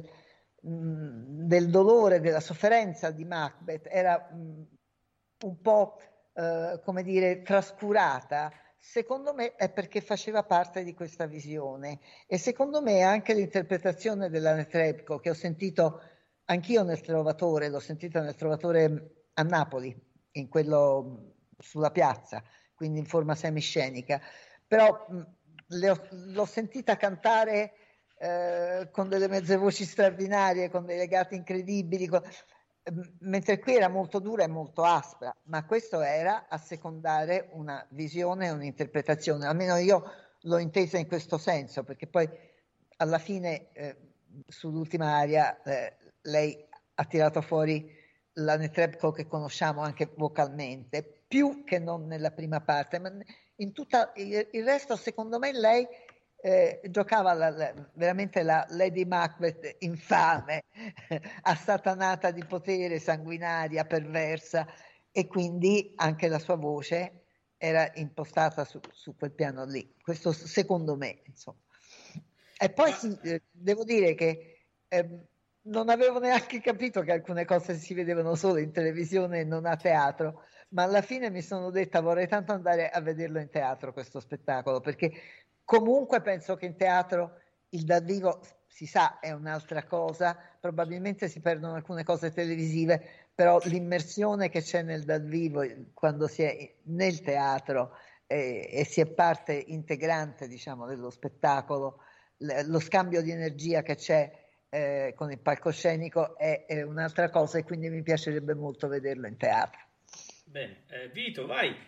dolore, della sofferenza di Macbeth era un po' come dire trascurata, secondo me è perché faceva parte di questa visione, e secondo me anche l'interpretazione della Netrebko, che ho sentito anch'io nel Trovatore, l'ho sentita nel Trovatore a Napoli, in quello sulla piazza, quindi in forma semiscenica, però l'ho sentita cantare con delle mezze voci straordinarie, con dei legati incredibili, mentre qui era molto dura e molto aspra, ma questo era a secondare una visione e un'interpretazione, almeno io l'ho intesa in questo senso, perché poi alla fine sull'ultima aria lei ha tirato fuori la Netrebko che conosciamo anche vocalmente, più che non nella prima parte, ma in tutta il resto secondo me lei giocava veramente la Lady Macbeth infame, assatanata di potere, sanguinaria, perversa, e quindi anche la sua voce era impostata su quel piano lì. Questo secondo me, insomma. E poi sì, devo dire che non avevo neanche capito che alcune cose si vedevano solo in televisione e non a teatro, ma alla fine mi sono detta vorrei tanto andare a vederlo in teatro questo spettacolo, perché comunque penso che in teatro il dal vivo, si sa, è un'altra cosa, probabilmente si perdono alcune cose televisive, però l'immersione che c'è nel dal vivo quando si è nel teatro e si è parte integrante, diciamo, dello spettacolo, lo scambio di energia che c'è con il palcoscenico è un'altra cosa, e quindi mi piacerebbe molto vederlo in teatro. Bene, Vito, vai.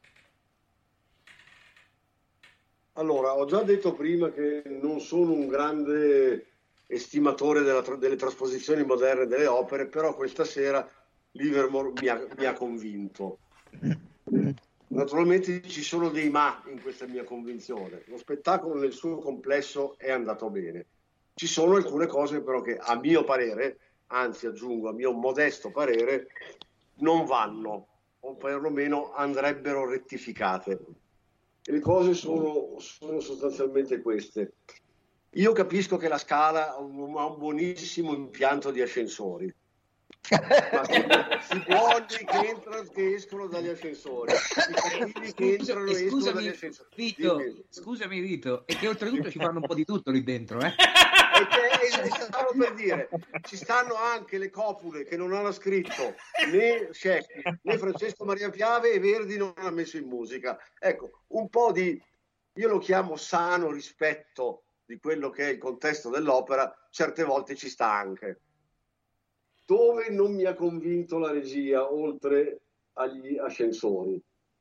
Allora, ho già detto prima che non sono un grande estimatore delle trasposizioni moderne delle opere, però questa sera Livermore mi ha convinto. Naturalmente ci sono dei ma in questa mia convinzione. Lo spettacolo nel suo complesso è andato bene. Ci sono alcune cose però che a mio parere, anzi aggiungo a mio modesto parere, non vanno, o perlomeno andrebbero rettificate. E le cose sono sostanzialmente queste. Io capisco che la Scala ha un buonissimo impianto di ascensori, ma si buoni che entrano, che escono dagli ascensori, i cattivi che entrano e escono dagli ascensori. Scusami Vito, e che oltretutto ci fanno un po' di tutto lì dentro, eh? E stavo per dire, ci stanno anche le copule che non hanno scritto né Shakespeare né Francesco Maria Piave, e Verdi non ha messo in musica. Ecco, un po' di, io lo chiamo sano rispetto di quello che è il contesto dell'opera, certe volte ci sta anche. Dove non mi ha convinto la regia, oltre agli ascensori?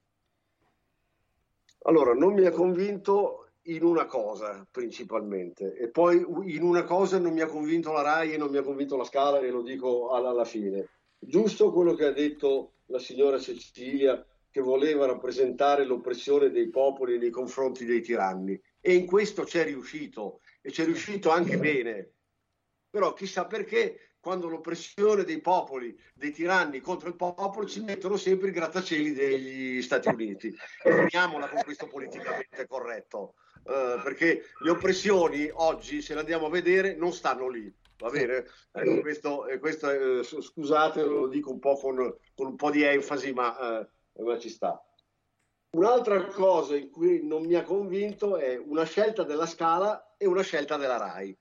Allora, non mi ha convinto in una cosa principalmente, e poi in una cosa non mi ha convinto la Rai e non mi ha convinto la Scala, e lo dico alla fine. Giusto quello che ha detto la signora Cecilia, che voleva rappresentare l'oppressione dei popoli nei confronti dei tiranni, e in questo c'è riuscito, e c'è riuscito anche bene. Però chissà perché quando l'oppressione dei popoli, dei tiranni contro il popolo, ci mettono sempre i grattacieli degli Stati Uniti. E finiamola con questo politicamente corretto, perché le oppressioni oggi, se le andiamo a vedere, non stanno lì. Va bene? Questo scusate, lo dico un po' con un po' di enfasi, ma ci sta. Un'altra cosa in cui non mi ha convinto è una scelta della Scala e una scelta della Rai.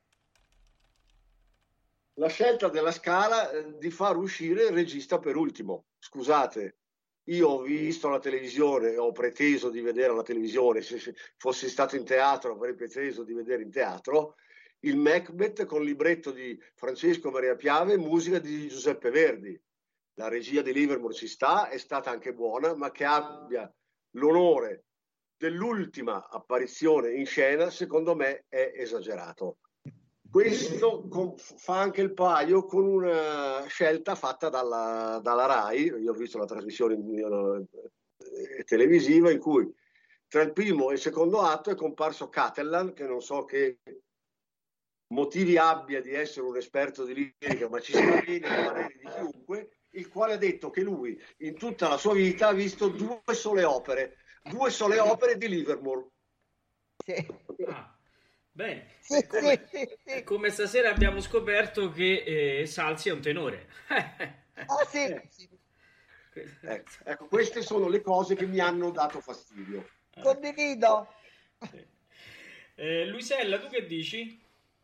La scelta della Scala di far uscire il regista per ultimo. Scusate, io ho visto la televisione, ho preteso di vedere la televisione, se fossi stato in teatro avrei preteso di vedere in teatro il Macbeth con libretto di Francesco Maria Piave, musica di Giuseppe Verdi. La regia di Livermore ci sta, è stata anche buona, ma che abbia l'onore dell'ultima apparizione in scena, secondo me è esagerato. Questo fa anche il paio con una scelta fatta dalla Rai. Io ho visto la trasmissione televisiva in cui tra il primo e il secondo atto è comparso Catalan, che non so che motivi abbia di essere un esperto di lirica, ma ci sta bene nei pareri di chiunque, il quale ha detto che lui in tutta la sua vita ha visto due sole opere di Livermore. Sì. Bene, Sì, come stasera abbiamo scoperto che Salsi è un tenore. Sì. Ecco, queste sono le cose che mi hanno dato fastidio. Condivido. Luisella, tu che dici?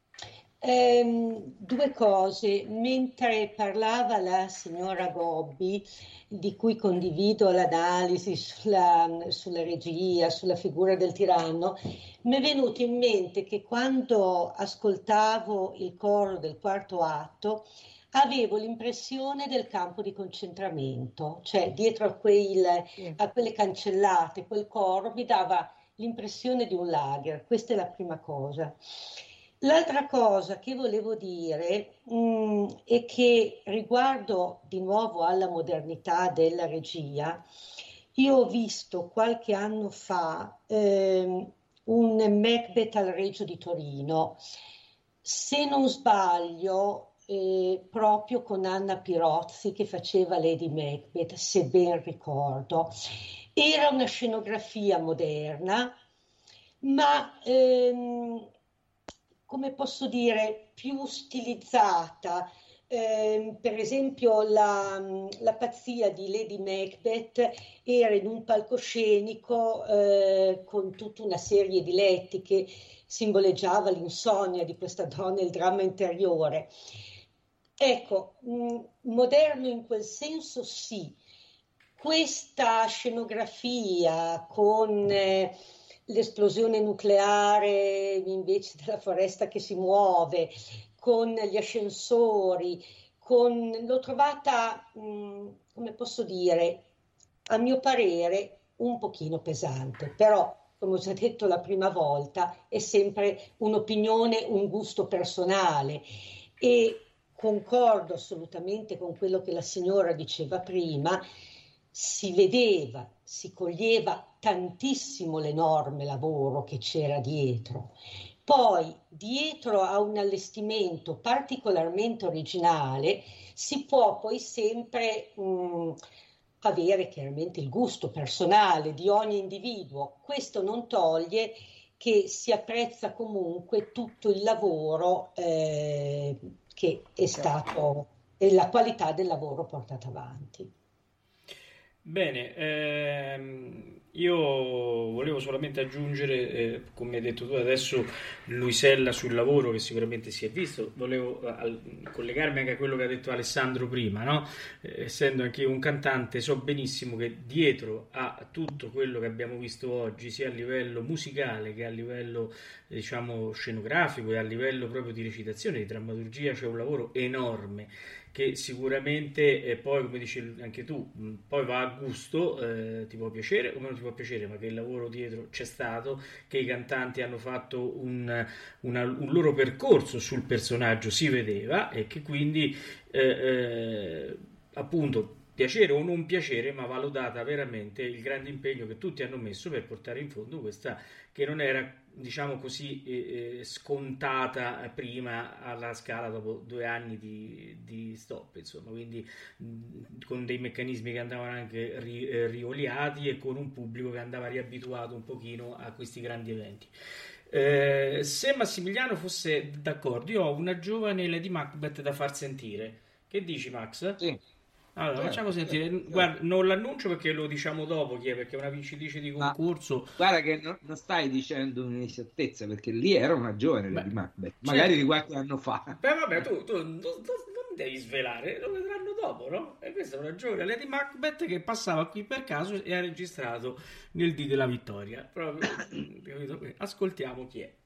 Due cose. Mentre parlava la signora Gobbi, di cui condivido l'analisi sulla regia, sulla figura del tiranno, mi è venuto in mente che quando ascoltavo il coro del quarto atto avevo l'impressione del campo di concentramento, cioè dietro a quelle cancellate, quel coro mi dava l'impressione di un lager. Questa è la prima cosa. L'altra cosa che volevo dire è che riguardo di nuovo alla modernità della regia, io ho visto qualche anno fa un Macbeth al Regio di Torino, se non sbaglio proprio con Anna Pirozzi che faceva Lady Macbeth, se ben ricordo. Era una scenografia moderna, ma come posso dire, più stilizzata. Per esempio la pazzia di Lady Macbeth era in un palcoscenico con tutta una serie di letti che simboleggiava l'insonnia di questa donna, il dramma interiore. Ecco, moderno in quel senso sì. Questa scenografia con l'esplosione nucleare invece della foresta che si muove, con gli ascensori, l'ho trovata, come posso dire, a mio parere un pochino pesante, però come ho già detto la prima volta è sempre un'opinione, un gusto personale, e concordo assolutamente con quello che la signora diceva prima. Si vedeva, si coglieva tantissimo l'enorme lavoro che c'era dietro. Poi, dietro a un allestimento particolarmente originale, si può poi sempre avere chiaramente il gusto personale di ogni individuo. Questo non toglie che si apprezza comunque tutto il lavoro che è stato e la qualità del lavoro portato avanti. Bene, io volevo solamente aggiungere, come hai detto tu adesso, Luisella sul lavoro che sicuramente si è visto, volevo collegarmi anche a quello che ha detto Alessandro prima, no? Essendo anche io un cantante, so benissimo che dietro a tutto quello che abbiamo visto oggi, sia a livello musicale che a livello, diciamo, scenografico e a livello proprio di recitazione, di drammaturgia, c'è un lavoro enorme che sicuramente poi, come dici anche tu, poi va a gusto, ti può piacere o non ti può piacere, ma che il lavoro dietro c'è stato, che i cantanti hanno fatto un loro percorso sul personaggio, si vedeva, e che quindi appunto, piacere o non piacere, ma valutata veramente il grande impegno che tutti hanno messo per portare in fondo questa, che non era, diciamo così, scontata prima alla Scala dopo 2 anni di stop, insomma, quindi con dei meccanismi che andavano anche rioliati e con un pubblico che andava riabituato un pochino a questi grandi eventi. Se Massimiliano fosse d'accordo, io ho una giovane Lady Macbeth da far sentire. Che dici, Max? Sì. Allora, facciamo sentire. Guarda, non l'annuncio perché lo diciamo dopo chi è, perché è una vincitrice di concorso. Guarda che non stai dicendo un'inesattezza, perché lì era una giovane Lady Macbeth, magari di qualche anno fa. Beh, vabbè, tu non devi svelare, lo vedranno dopo, no? E questa è una giovane Lady Macbeth che passava qui per caso e ha registrato nel D della vittoria. Proprio, ascoltiamo chi è.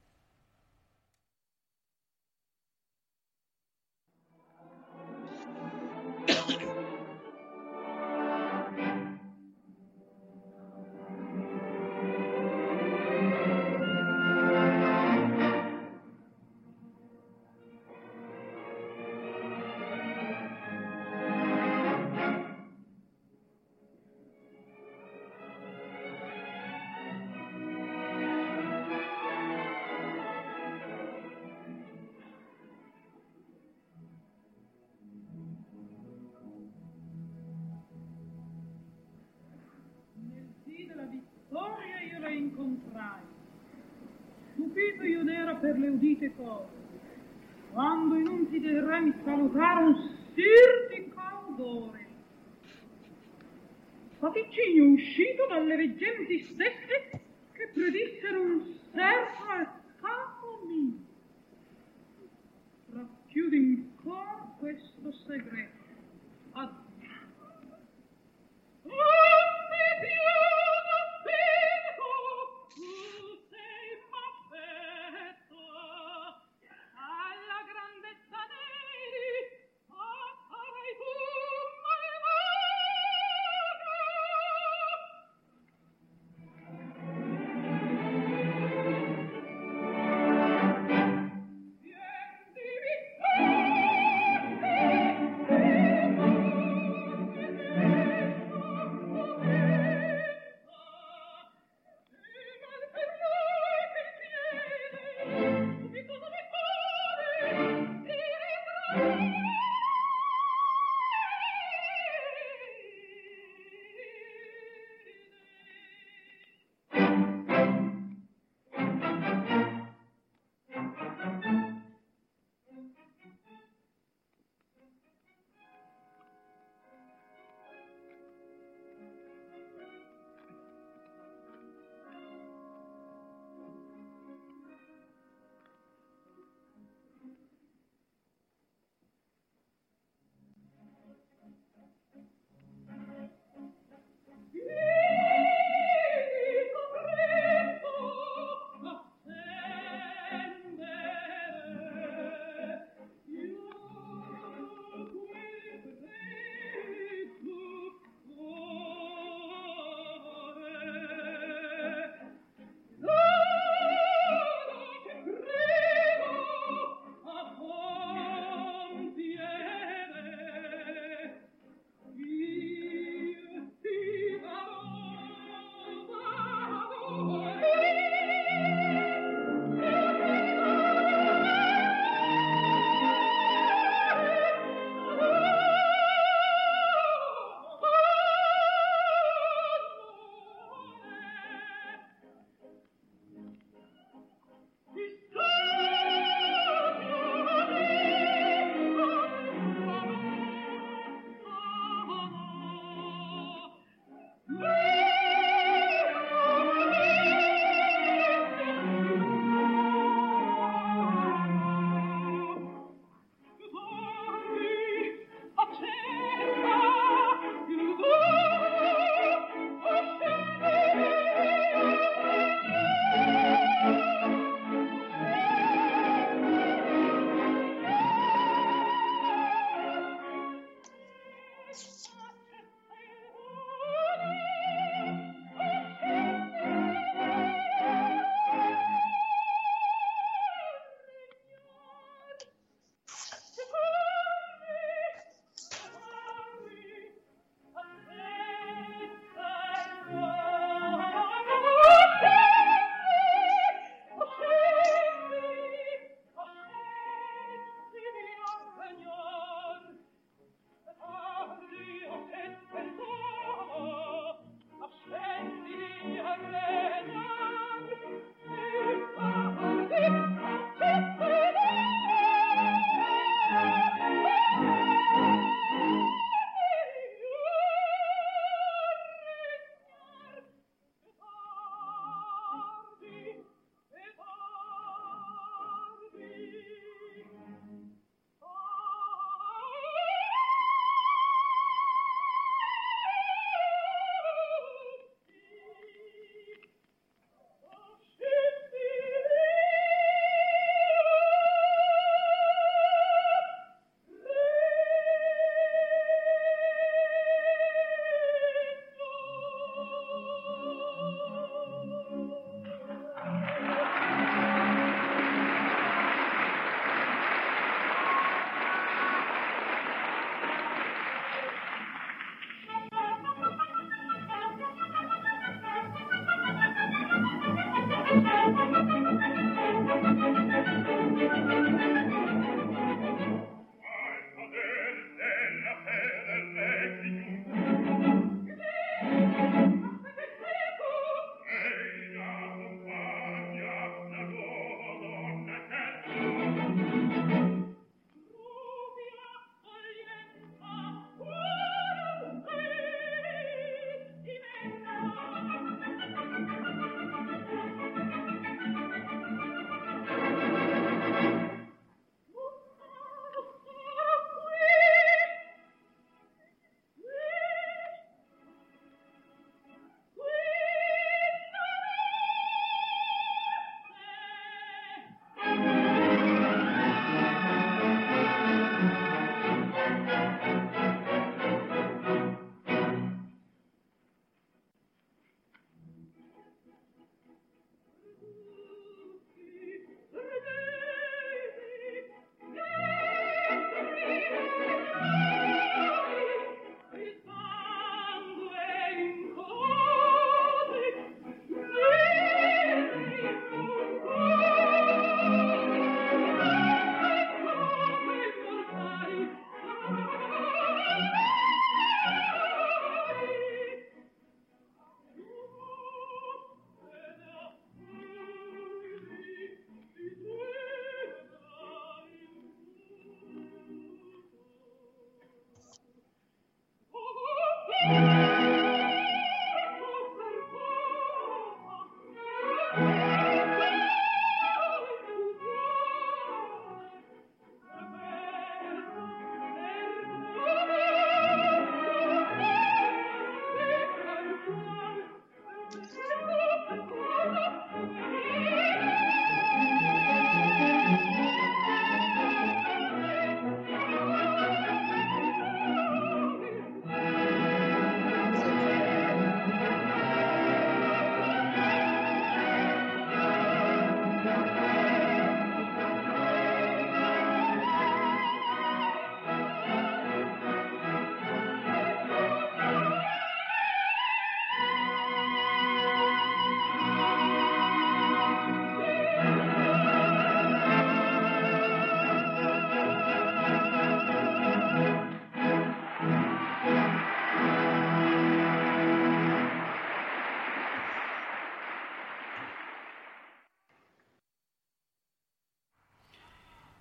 Stupito io n'era per le udite cose, quando in un dei re mi salutaron sirtico odore. Faticigno uscito dalle veggenti stesse che predissero un servo al capo mio. Racchiudi in cor questo segreto. Addio.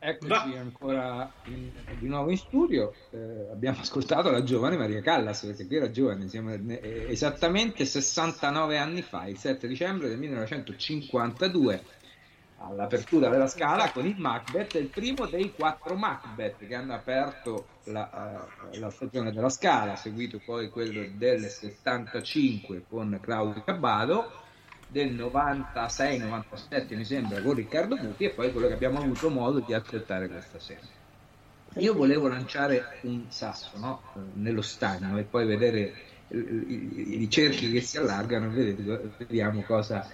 Eccoci ancora di nuovo in studio. Abbiamo ascoltato la giovane Maria Callas, perché qui era giovane, siamo esattamente 69 anni fa, il 7 dicembre del 1952, all'apertura della Scala con il Macbeth, il primo dei 4 Macbeth che hanno aperto la stagione della Scala, seguito poi quello del 75 con Claudio Abbado, del 96-97 mi sembra con Riccardo Muti, e poi quello che abbiamo avuto modo di ascoltare questa sera. Io volevo lanciare un sasso, no? Nello stagno, e poi vedere i cerchi che si allargano, vediamo cosa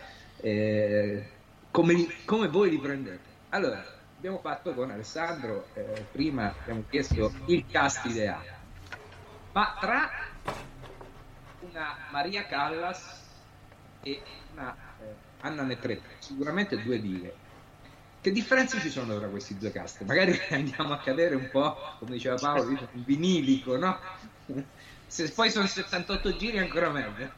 come voi li prendete. Allora, abbiamo fatto con Alessandro, prima abbiamo chiesto il cast ideale, ma tra una Maria Callas e una Anna Netrebko, sicuramente due dive. Che differenze ci sono tra questi due cast? Magari andiamo a cadere un po', come diceva Paolo, un vinilico, no? Se poi sono 78 giri ancora meglio.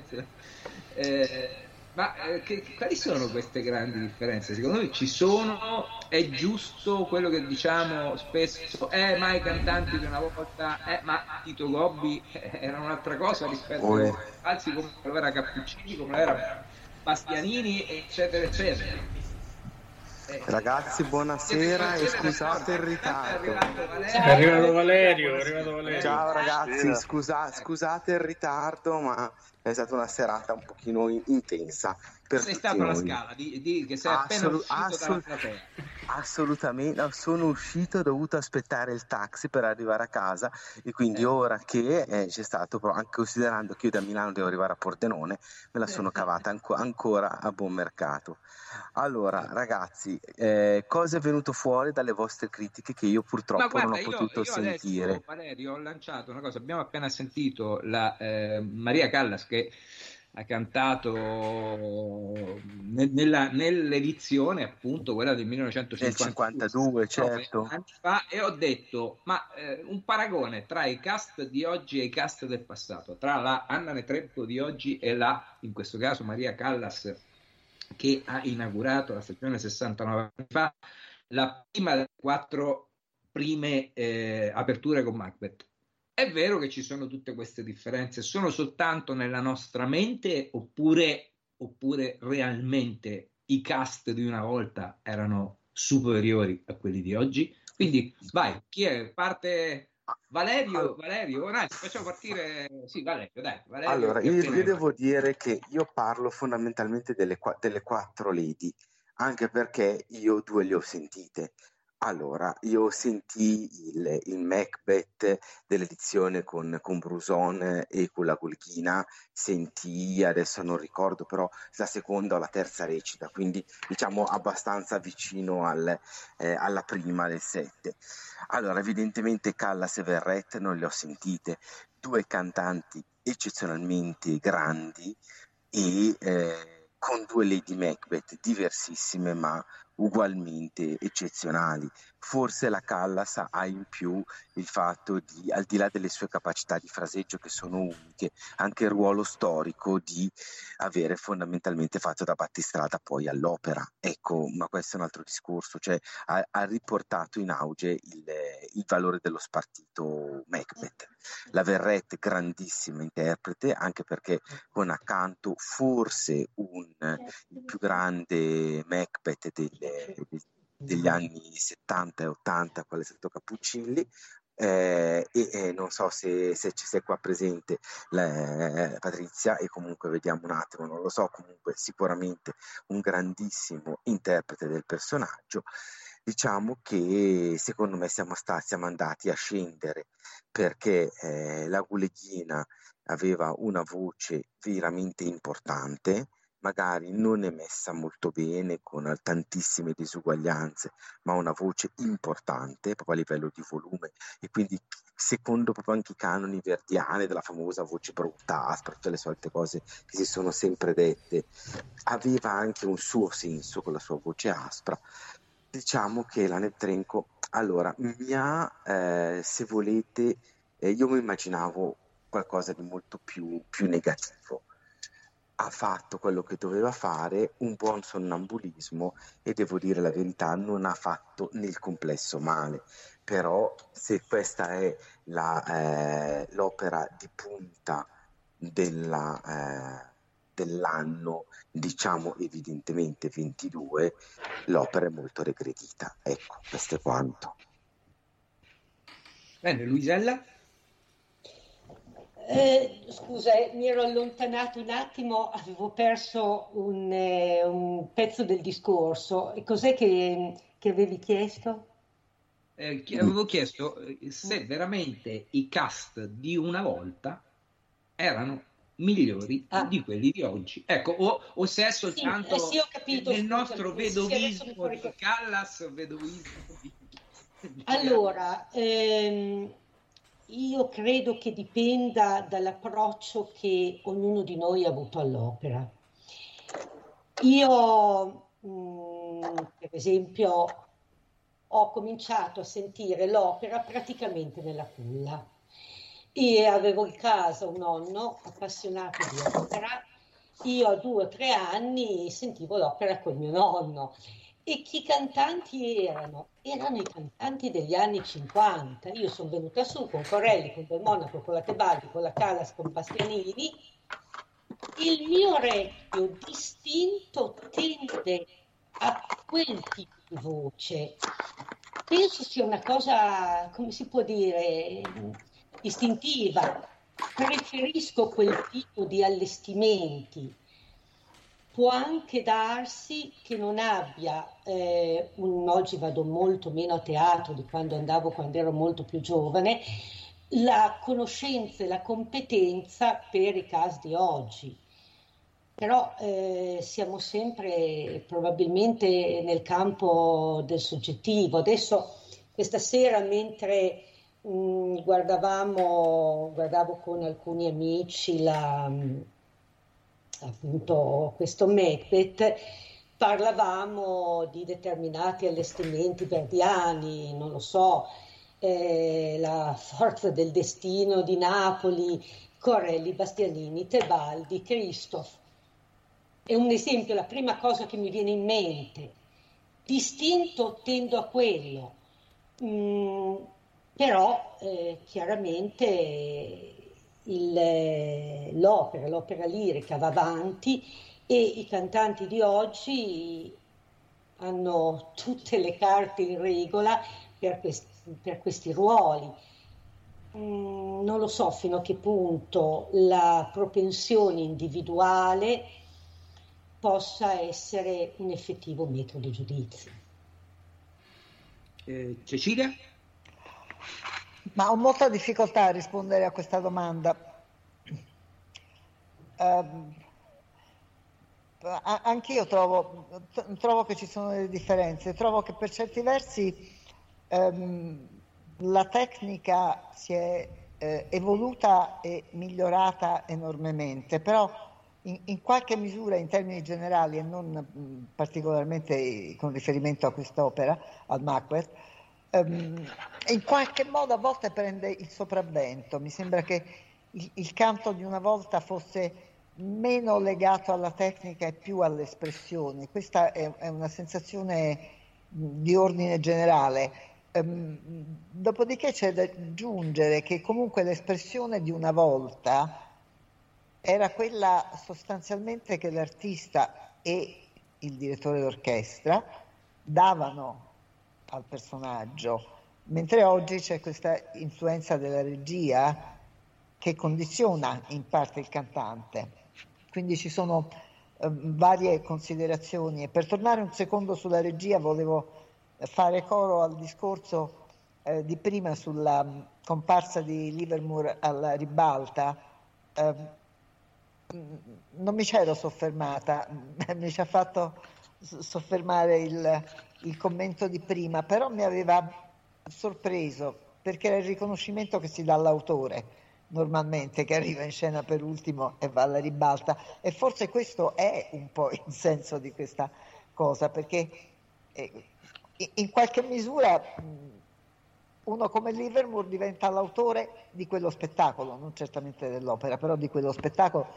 Quali sono queste grandi differenze? Secondo me ci sono, è giusto quello che diciamo spesso, ma i cantanti di una volta, ma Tito Gobbi era un'altra cosa rispetto a altri, come lo era Cappuccini, come lo era Bastianini, eccetera eccetera. Ragazzi, buonasera e scusate il ritardo. È arrivato Valerio. Ciao ragazzi, scusate il ritardo, ma è stata una serata un pochino intensa per sei tutti stato alla noi. Scala, di che sei appena uscito dalla platea. Assolutamente, sono uscito, ho dovuto aspettare il taxi per arrivare a casa, e quindi ora che c'è stato, anche considerando che io da Milano devo arrivare a Pordenone, me la sono cavata ancora a buon mercato. Allora ragazzi, cosa è venuto fuori dalle vostre critiche che io purtroppo non ho potuto sentire? Adesso, Valerio, ho lanciato una cosa, abbiamo appena sentito la Maria Callas che ha cantato nell'edizione appunto quella del 1952, certo, anni fa, e ho detto un paragone tra i cast di oggi e i cast del passato, tra la Anna Netrebko di oggi e in questo caso Maria Callas che ha inaugurato la stagione 69 anni fa, la prima delle 4 prime aperture con Macbeth. È vero che ci sono tutte queste differenze, sono soltanto nella nostra mente oppure realmente i cast di una volta erano superiori a quelli di oggi? Quindi vai, chi è? Parte Valerio, facciamo partire. Sì, Valerio, dai. Valerio, allora, io devo dire che io parlo fondamentalmente delle 4 lady, anche perché io 2 le ho sentite. Allora, io sentì il Macbeth dell'edizione con Bruson e con la Gulghina, sentì, adesso non ricordo, però la seconda o la terza recita, quindi diciamo abbastanza vicino alla prima del 7. Allora, evidentemente Callas e Verrett non le ho sentite, 2 cantanti eccezionalmente grandi e con 2 Lady Macbeth diversissime ma ugualmente eccezionali. Forse la Callas ha in più il fatto di, al di là delle sue capacità di fraseggio che sono uniche, anche il ruolo storico di avere fondamentalmente fatto da battistrada poi all'opera. Ecco, ma questo è un altro discorso, cioè ha riportato in auge il valore dello spartito Macbeth. La Verrett, grandissima interprete, anche perché con accanto forse il più grande Macbeth degli anni 70 e 80, quale è stato Cappuccilli, e non so se è qua presente Patrizia, e comunque vediamo un attimo, non lo so, comunque sicuramente un grandissimo interprete del personaggio. Diciamo che secondo me siamo andati a scendere, perché la Guleghina aveva una voce veramente importante, magari non è messa molto bene, con tantissime disuguaglianze, ma una voce importante proprio a livello di volume, e quindi secondo proprio anche i canoni verdiani della famosa voce brutta, aspra, tutte le solite cose che si sono sempre dette, aveva anche un suo senso con la sua voce aspra. Diciamo che la Netrebko, allora, se volete, io mi immaginavo qualcosa di molto più negativo. ha fatto quello che doveva fare, un buon sonnambulismo, e devo dire la verità, non ha fatto nel complesso male. Però se questa è l'opera di punta dell'anno, diciamo evidentemente 22, l'opera è molto regredita. Ecco, questo è quanto. Bene, Luisella? Scusa, mi ero allontanato un attimo, avevo perso un pezzo del discorso. E cos'è che avevi chiesto? Avevo chiesto se veramente i cast di una volta erano migliori di quelli di oggi. Ecco, o se è soltanto sì, ho capito, nel nostro vedovismo di Callas, vedovismo di... Allora, io credo che dipenda dall'approccio che ognuno di noi ha avuto all'opera. Io, per esempio, ho cominciato a sentire l'opera praticamente nella culla e avevo in casa un nonno appassionato di opera. Io a 2 o 3 anni sentivo l'opera col mio nonno. E chi cantanti erano? Erano i cantanti degli anni 50. Io sono venuta su con Corelli, con Del Monaco, con la Tebaldi, con la Callas, con Bastianini. Il mio orecchio distinto tende a quel tipo di voce. Penso sia una cosa, come si può dire, istintiva. Preferisco quel tipo di allestimenti. Può anche darsi che non abbia, oggi vado molto meno a teatro di quando andavo quando ero molto più giovane, la conoscenza e la competenza per i casi di oggi. Però siamo sempre probabilmente nel campo del soggettivo. Adesso, questa sera, mentre guardavo con alcuni amici appunto questo Macbeth, parlavamo di determinati allestimenti verdiani, non lo so, la forza del destino di Napoli, Corelli, Bastianini, Tebaldi, Christoph. È un esempio, la prima cosa che mi viene in mente. Distinto tendo a quello, però chiaramente l'opera lirica va avanti e i cantanti di oggi hanno tutte le carte in regola per questi ruoli. Non lo so fino a che punto la propensione individuale possa essere un effettivo metro di giudizio. Cecilia? Ma ho molta difficoltà a rispondere a questa domanda. Anch'io trovo che ci sono delle differenze. Trovo che per certi versi la tecnica si è evoluta e migliorata enormemente, però in qualche misura, in termini generali e non particolarmente con riferimento a quest'opera, al Macbeth, in qualche modo a volte prende il sopravvento. Mi sembra che il canto di una volta fosse meno legato alla tecnica e più alle espressioni. Questa è una sensazione di ordine generale. Dopodiché c'è da aggiungere che comunque l'espressione di una volta era quella sostanzialmente che l'artista e il direttore d'orchestra davano al personaggio, mentre oggi c'è questa influenza della regia che condiziona in parte il cantante. Quindi ci sono varie considerazioni. E per tornare un secondo sulla regia, volevo fare coro al discorso di prima sulla comparsa di Livermore alla ribalta. Non mi c'ero soffermata, mi ci ha fatto soffermare il commento di prima, però mi aveva sorpreso perché era il riconoscimento che si dà all'autore normalmente, che arriva in scena per ultimo e va alla ribalta, e forse questo è un po' il senso di questa cosa, perché in qualche misura uno come Livermore diventa l'autore di quello spettacolo, non certamente dell'opera, però di quello spettacolo,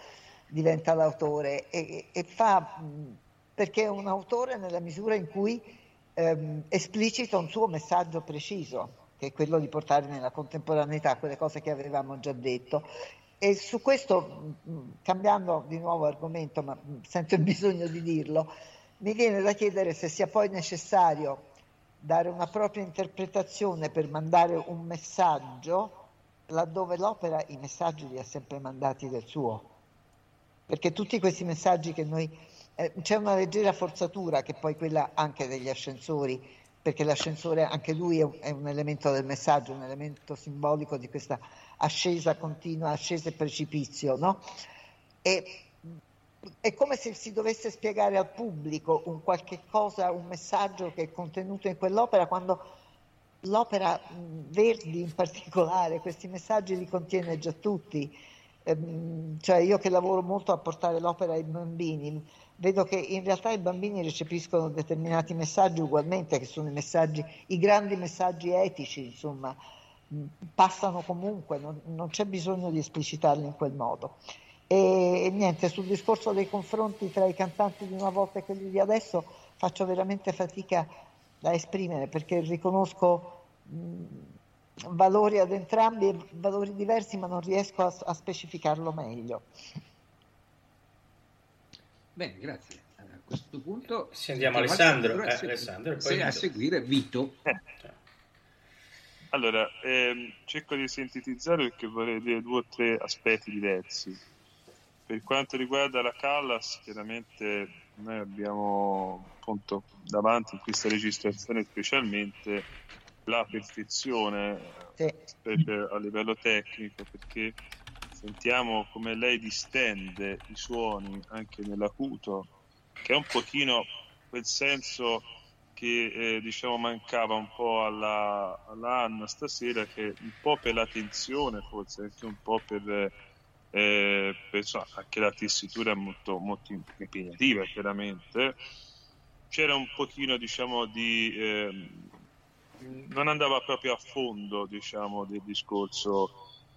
diventa l'autore e fa, perché è un autore nella misura in cui esplicita un suo messaggio preciso, che è quello di portare nella contemporaneità quelle cose che avevamo già detto. E su questo, cambiando di nuovo argomento, ma sento il bisogno di dirlo, mi viene da chiedere se sia poi necessario dare una propria interpretazione per mandare un messaggio, laddove l'opera i messaggi li ha sempre mandati del suo. Perché tutti questi messaggi che noi... c'è una leggera forzatura, che poi quella anche degli ascensori, perché l'ascensore anche lui è un elemento del messaggio, un elemento simbolico di questa ascesa continua, ascesa e precipizio, no? E è come se si dovesse spiegare al pubblico un qualche cosa, un messaggio che è contenuto in quell'opera, quando l'opera Verdi in particolare questi messaggi li contiene già tutti. Cioè io che lavoro molto a portare l'opera ai bambini, vedo che in realtà i bambini recepiscono determinati messaggi ugualmente, che sono i messaggi, i grandi messaggi etici, insomma, passano comunque, non c'è bisogno di esplicitarli in quel modo. E niente, sul discorso dei confronti tra i cantanti di una volta e quelli di adesso faccio veramente fatica da esprimere, perché riconosco valori ad entrambi, valori diversi, ma non riesco a specificarlo meglio. Bene, grazie. A questo punto sentiamo Alessandro e poi a seguire Vito. Allora, cerco di sintetizzare perché vorrei dire 2 o 3 aspetti diversi. Per quanto riguarda la Callas, chiaramente noi abbiamo appunto davanti in questa registrazione specialmente la perfezione, specie a livello tecnico, perché sentiamo come lei distende i suoni anche nell'acuto, che è un pochino quel senso che diciamo mancava un po' alla Anna stasera, che un po' per la tensione, forse anche un po' per anche la tessitura è molto, molto impegnativa, chiaramente c'era un pochino diciamo di non andava proprio a fondo diciamo del discorso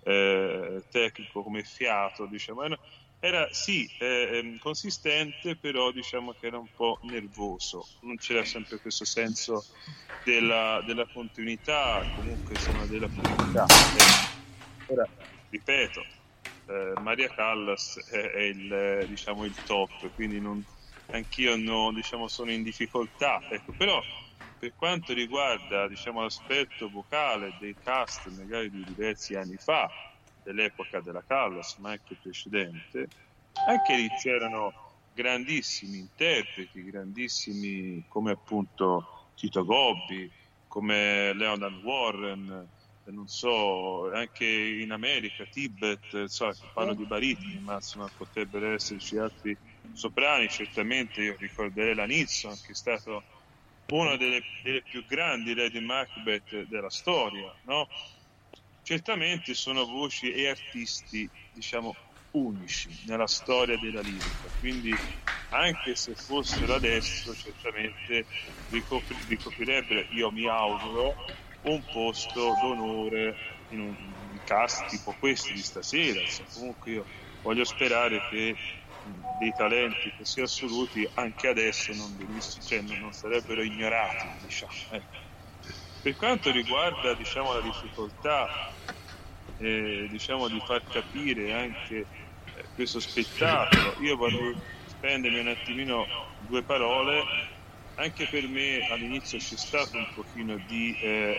tecnico come fiato, diciamo era sì consistente, però diciamo che era un po' nervoso, non c'era sempre questo senso della continuità, comunque insomma della fluidità. Ora ripeto, Maria Callas è il top, quindi anch'io diciamo sono in difficoltà, ecco. Però per quanto riguarda diciamo l'aspetto vocale dei cast magari di diversi anni fa, dell'epoca della Callas ma anche precedente, anche lì c'erano grandissimi interpreti, grandissimi come appunto Tito Gobbi, come Leonard Warren, non so, anche in America Tibet, parlo di baritoni, ma insomma potrebbero esserci altri soprani. Certamente io ricorderei la Nilsson, che è stato una delle più grandi Lady Macbeth della storia, no? Certamente sono voci e artisti diciamo unici nella storia della lirica, quindi anche se fossero adesso certamente ricoprirebbero, io mi auguro, un posto d'onore in un cast tipo questo di stasera. Comunque io voglio sperare che dei talenti così assoluti anche adesso non sarebbero ignorati, diciamo. Per quanto riguarda diciamo la difficoltà diciamo di far capire anche questo spettacolo, io vorrei spendermi un attimino 2 parole. Anche per me all'inizio c'è stato un pochino di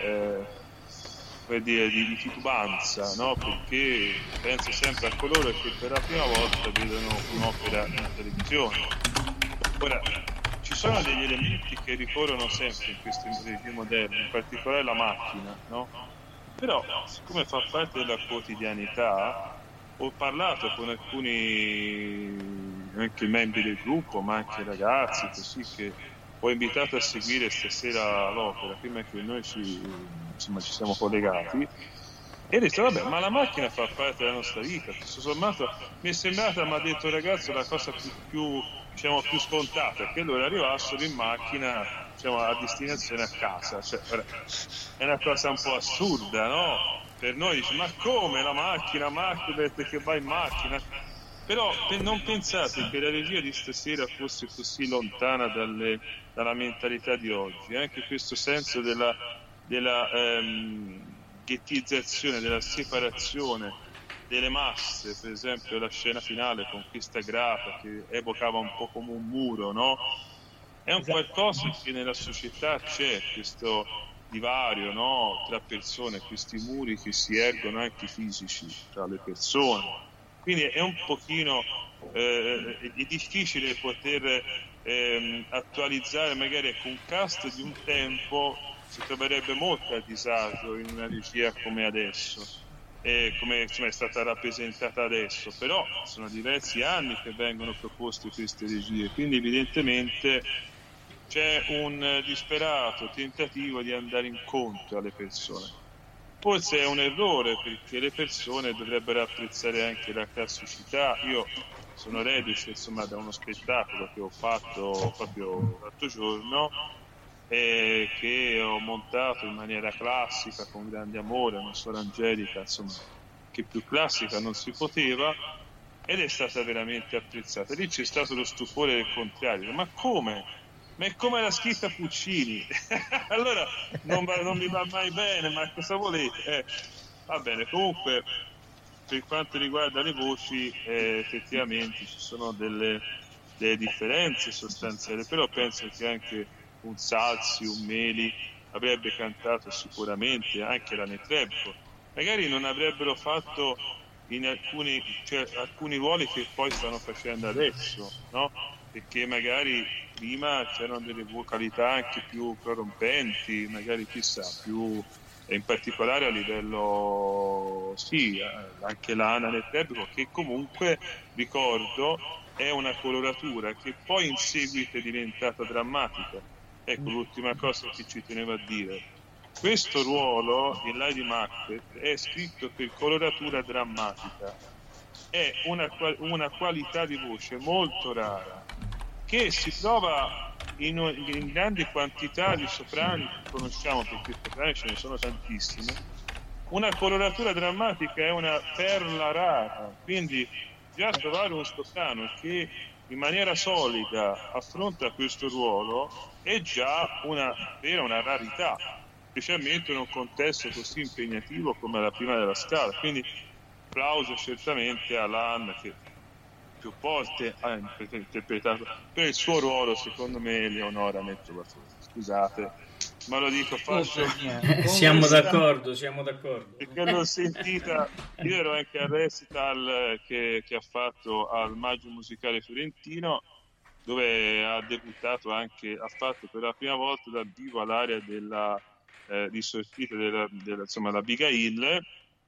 titubanza, no? Perché penso sempre a coloro che per la prima volta vedono un'opera in televisione. Ora, ci sono degli elementi che ricorrono sempre in questi regie moderni, in particolare la macchina, no? Però, siccome fa parte della quotidianità, ho parlato con alcuni anche membri del gruppo, ma anche ragazzi, così, che ho invitato a seguire stasera l'opera prima che noi ci siamo collegati, e ho detto vabbè, ma la macchina fa parte della nostra vita, tutto sommato mi è sembrata, mi ha detto il ragazzo, la cosa più scontata, che loro arrivassero in macchina diciamo a destinazione a casa, cioè, è una cosa un po' assurda, no? Per noi dice, ma come la macchina che va in macchina? Però non pensate che la regia di stasera fosse così lontana dalla mentalità di oggi, anche questo senso della ghettizzazione, della separazione delle masse, per esempio la scena finale con questa grata che evocava un po' come un muro, no? È un qualcosa che nella società c'è, questo divario, no? Tra persone, questi muri che si ergono anche fisici tra le persone. Quindi è un pochino è difficile poter attualizzare, magari con un cast di un tempo si troverebbe molto a disagio in una regia come adesso, come insomma, è stata rappresentata adesso, però sono diversi anni che vengono proposte queste regie, quindi evidentemente c'è un disperato tentativo di andare incontro alle persone. Forse è un errore, perché le persone dovrebbero apprezzare anche la classicità. Io sono reduce insomma da uno spettacolo che ho fatto proprio l'altro giorno e che ho montato in maniera classica, con grande amore, una suora Angelica, insomma, che più classica non si poteva, ed è stata veramente apprezzata. Lì c'è stato lo stupore del contrario. Ma come? Ma è come l'ha scritta Puccini. Allora non mi va mai bene, ma cosa volete? Va bene, comunque per quanto riguarda le voci effettivamente ci sono delle differenze sostanziali, però penso che anche un Salsi, un Meli avrebbe cantato sicuramente, anche la Netrebko. Magari non avrebbero fatto in alcuni ruoli che poi stanno facendo adesso, no? Perché magari prima c'erano delle vocalità anche più prorompenti, magari chissà, più in particolare a livello anche l'Anna Netrebko, che comunque ricordo è una coloratura che poi in seguito è diventata drammatica. Ecco l'ultima cosa che ci tenevo a dire: questo ruolo in Lady Macbeth è scritto per coloratura drammatica, è una qualità di voce molto rara che si trova in grandi quantità di soprani che conosciamo, perché soprani ce ne sono tantissime. Una coloratura drammatica è una perla rara, quindi già trovare un soprano che in maniera solida affronta questo ruolo è già una rarità, specialmente in un contesto così impegnativo come la prima della Scala. Quindi applauso certamente a Lan, che più volte ha interpretato, per il suo ruolo secondo me Eleonora Netrebko. Scusate, ma lo dico siamo d'accordo perché l'ho sentita. Io ero anche al recital che ha fatto al Maggio Musicale Fiorentino, dove ha debuttato anche, ha fatto per la prima volta dal vivo all'area di sortita insomma l'Abigail,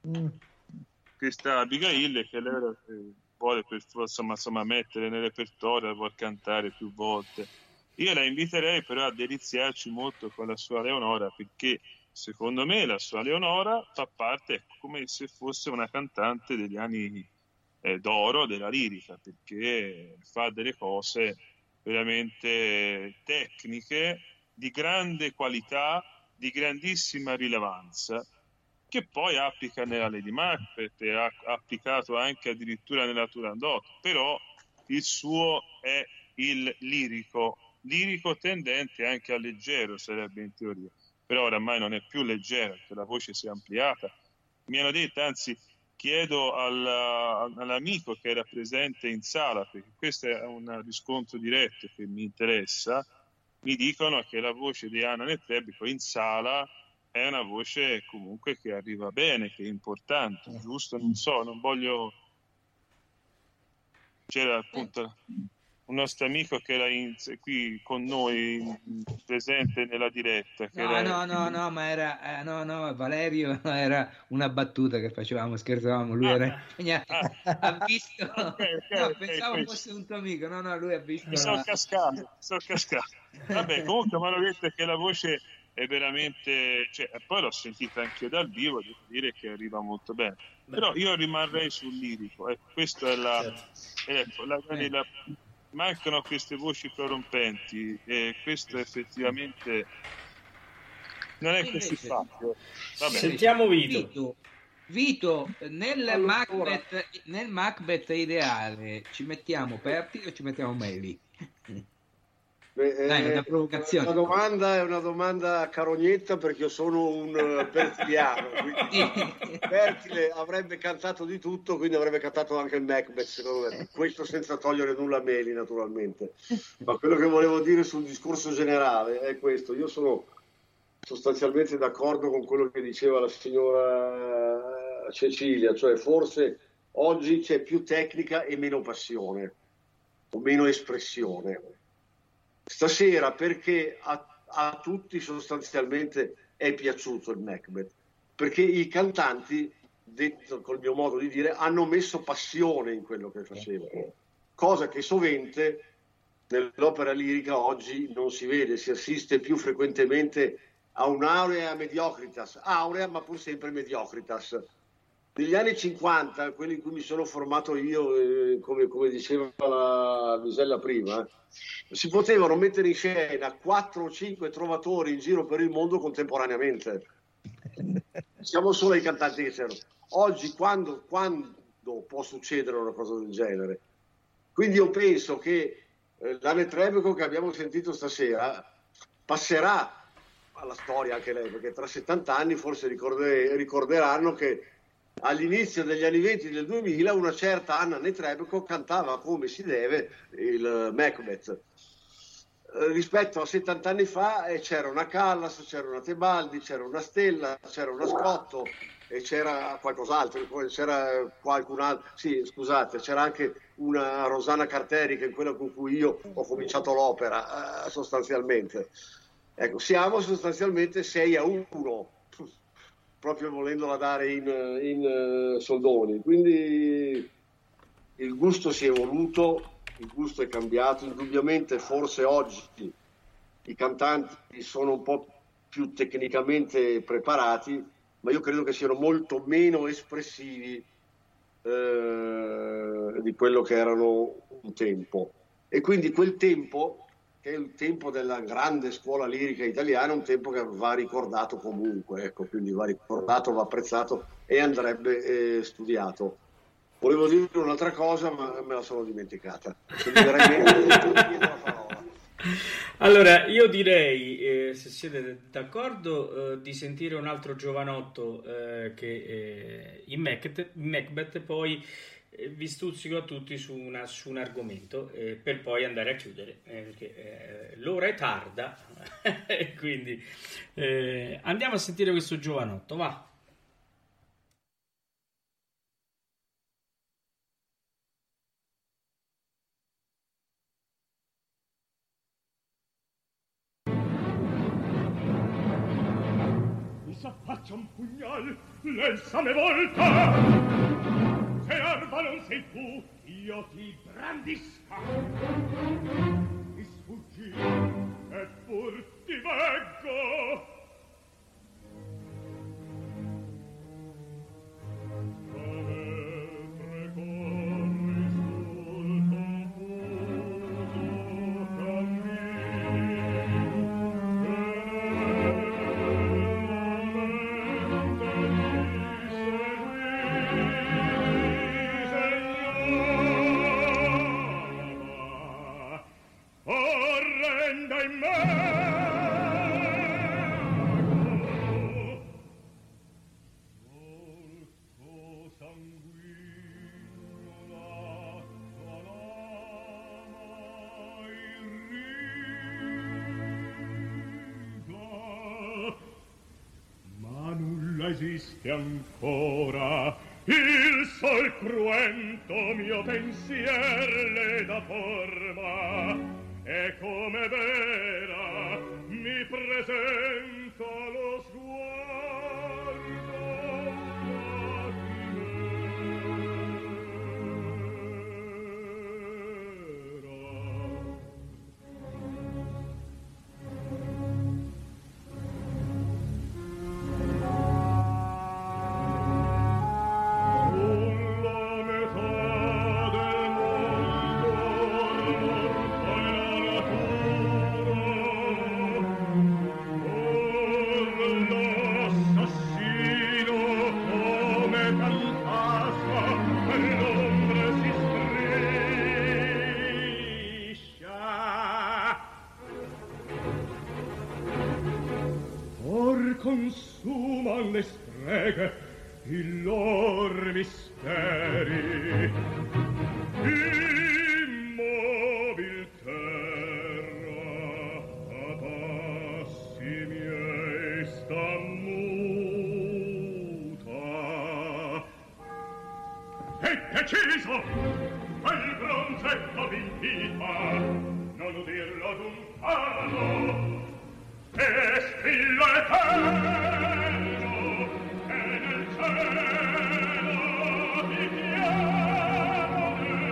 questa Abigail che lei vuole per insomma mettere nel repertorio, vuole cantare più volte. Io la inviterei però a deliziarci molto con la sua Leonora, perché secondo me la sua Leonora fa parte come se fosse una cantante degli anni d'oro della lirica, perché fa delle cose veramente tecniche, di grande qualità, di grandissima rilevanza, che poi applica nella Lady Macbeth e ha applicato anche addirittura nella Turandot. Però il suo è il lirico tendente anche al leggero, sarebbe in teoria, però oramai non è più leggera perché la voce si è ampliata. Mi hanno detto, anzi chiedo all'amico che era presente in sala, perché questo è un riscontro diretto che mi interessa, mi dicono che la voce di Anna Netrebko in sala è una voce comunque che arriva bene, che è importante, giusto? Non so, non voglio... C'era appunto un nostro amico che era qui con noi, presente nella diretta. No, ma era... no, Valerio era una battuta che facevamo, scherzavamo, lui era... ha visto... pensavo fosse un tuo amico, no, lui ha visto... Mi sono cascato. Vabbè, comunque mi hanno detto che la voce è veramente, poi l'ho sentita anche io dal vivo, devo dire che arriva molto bene. Però io rimarrei sul lirico, questo è mancano queste voci prorompenti e questo effettivamente non è così facile. Sentiamo Vito. Vito, nel Allora. Macbeth ideale ci mettiamo Perti o ci mettiamo Meli? Beh, Dai, una provocazione. È una domanda carognetta, perché io sono un pertiliano, quindi Pertile avrebbe cantato di tutto, quindi avrebbe cantato anche il Macbeth, secondo me. Questo senza togliere nulla a Meli, naturalmente. Ma quello che volevo dire sul discorso generale è questo: io sono sostanzialmente d'accordo con quello che diceva la signora Cecilia, cioè forse oggi c'è più tecnica e meno passione, o meno espressione. Stasera, perché a tutti sostanzialmente è piaciuto il Macbeth, perché i cantanti, detto col mio modo di dire, hanno messo passione in quello che facevano, cosa che sovente nell'opera lirica oggi non si vede, si assiste più frequentemente a un'aurea mediocritas, aurea ma pur sempre mediocritas. Negli anni 50, quelli in cui mi sono formato io, come diceva la Misella prima, si potevano mettere in scena 4 o 5 trovatori in giro per il mondo contemporaneamente. Siamo solo ai cantanti che c'erano. Oggi quando può succedere una cosa del genere? Quindi io penso che l'Anne Trebeko che abbiamo sentito stasera passerà alla storia anche lei, perché tra 70 anni forse ricorderanno che all'inizio degli anni 20 del 2000 una certa Anna Netrebko cantava come si deve il Macbeth. Rispetto a 70 anni fa c'era una Callas, c'era una Tebaldi, c'era una Stella, c'era una Scotto e c'era qualcos'altro, c'era qualcun altro, sì, scusate, c'era anche una Rosanna Carteri, che è quella con cui io ho cominciato l'opera, sostanzialmente. Ecco, siamo sostanzialmente 6-1, proprio volendola dare in soldoni. Quindi il gusto si è evoluto, il gusto è cambiato. Indubbiamente forse oggi i cantanti sono un po' più tecnicamente preparati, ma io credo che siano molto meno espressivi di quello che erano un tempo. E quindi quel tempo, che è il tempo della grande scuola lirica italiana, è un tempo che va ricordato comunque, ecco, quindi va ricordato, va apprezzato e andrebbe studiato. Volevo dire un'altra cosa, ma me la sono dimenticata. Allora, io direi, se siete d'accordo, di sentire un altro giovanotto che in Macbeth, poi vi stuzzico a tutti su un argomento per poi andare a chiudere, perché l'ora è tarda, e quindi andiamo a sentire questo giovanotto, va. S'affaccia un pugnal, l'esame volta. Se arma non sei tu, io ti brandisca. Mi sfuggi e pur ti veggo. Esiste ancora il sol cruento mio pensier le dà forma e come vera mi presento allo sguardo come consuman le streghe i lor misteri. Immobil terra a passi miei sta muta. È deciso! Quel bronzetto d'invita non udirlo d'un palo, e strillo eterno che nel cielo ti chiamo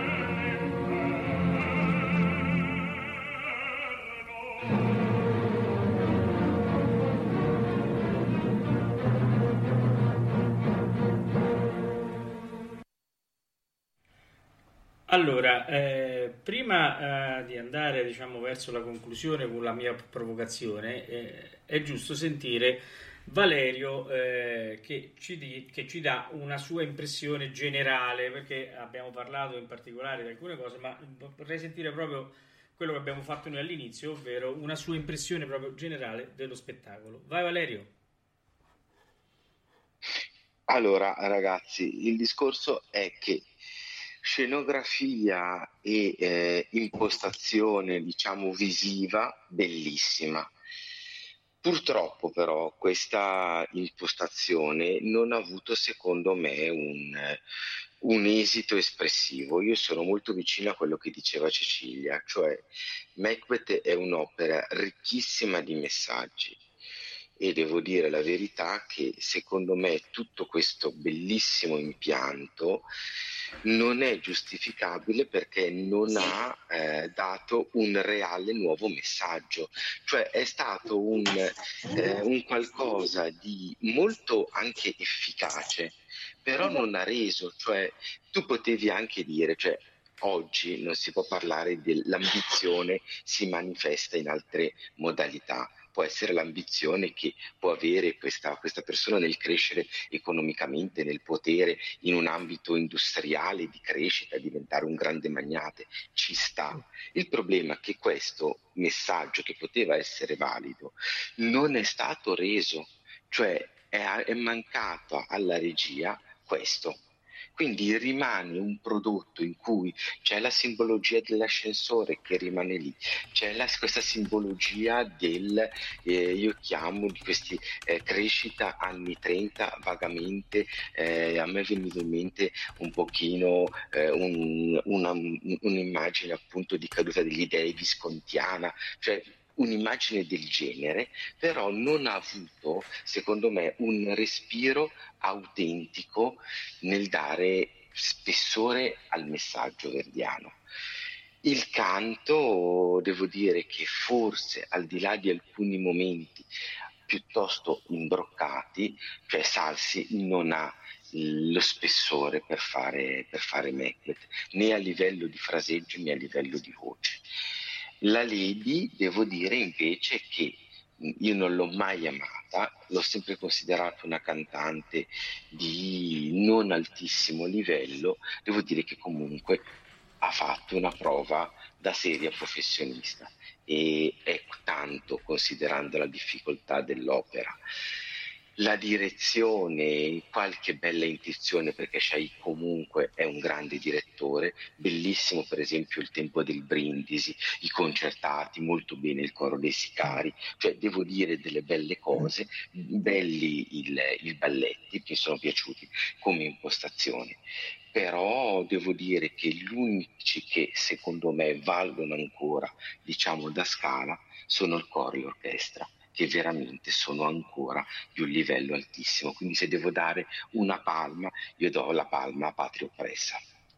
Allora, prima di andare, diciamo, verso la conclusione con la mia provocazione, è giusto sentire Valerio che ci dà una sua impressione generale, perché abbiamo parlato in particolare di alcune cose, ma vorrei sentire proprio quello che abbiamo fatto noi all'inizio, ovvero una sua impressione proprio generale dello spettacolo. Vai Valerio. Allora, ragazzi, il discorso è che scenografia e impostazione, diciamo, visiva, bellissima. Purtroppo però questa impostazione non ha avuto, secondo me, un esito espressivo. Io sono molto vicino a quello che diceva Cecilia, cioè Macbeth è un'opera ricchissima di messaggi. E devo dire la verità che secondo me tutto questo bellissimo impianto non è giustificabile perché non ha dato un reale nuovo messaggio, cioè è stato un qualcosa di molto anche efficace, però non ha reso, cioè tu potevi anche dire, cioè oggi non si può parlare dell'ambizione, si manifesta in altre modalità. Può essere l'ambizione che può avere questa persona nel crescere economicamente, nel potere, in un ambito industriale di crescita, diventare un grande magnate, ci sta. Il problema è che questo messaggio, che poteva essere valido, non è stato reso, cioè è mancato alla regia questo. Quindi rimane un prodotto in cui c'è la simbologia dell'ascensore che rimane lì, c'è questa simbologia io chiamo di questi crescita anni 30 vagamente, a me veniva in mente un pochino un'immagine appunto di caduta degli dei viscontiana, cioè un'immagine del genere, però non ha avuto, secondo me, un respiro autentico nel dare spessore al messaggio verdiano. Il canto, devo dire che forse, al di là di alcuni momenti piuttosto imbroccati, cioè Salsi non ha lo spessore per fare Macbeth, né a livello di fraseggio né a livello di voce. La Lady, devo dire invece che io non l'ho mai amata, l'ho sempre considerata una cantante di non altissimo livello, devo dire che comunque ha fatto una prova da seria professionista e è tanto considerando la difficoltà dell'opera. La direzione, qualche bella intuizione, perché Shai comunque è un grande direttore, bellissimo per esempio il tempo del Brindisi, i concertati, molto bene il coro dei Sicari, cioè devo dire delle belle cose, belli i balletti, mi sono piaciuti come impostazione. Però devo dire che gli unici che secondo me valgono ancora, diciamo, da Scala sono il coro e l'orchestra, che veramente sono ancora di un livello altissimo. Quindi se devo dare una palma, io do la palma a Patria Oppressa.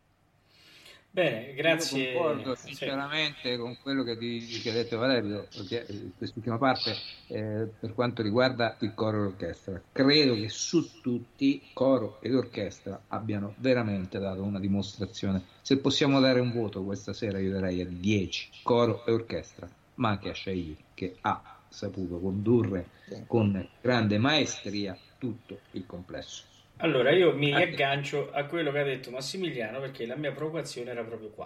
Bene, grazie. Io concordo sinceramente con quello che ha detto Valerio, perché quest'ultima parte per quanto riguarda il coro e l'orchestra, credo che su tutti coro ed orchestra abbiano veramente dato una dimostrazione. Se possiamo dare un voto questa sera, io darei a 10 coro e orchestra, ma anche a Shai, che ha saputo condurre con grande maestria tutto il complesso. Allora io mi aggancio a quello che ha detto Massimiliano, perché la mia provocazione era proprio qua.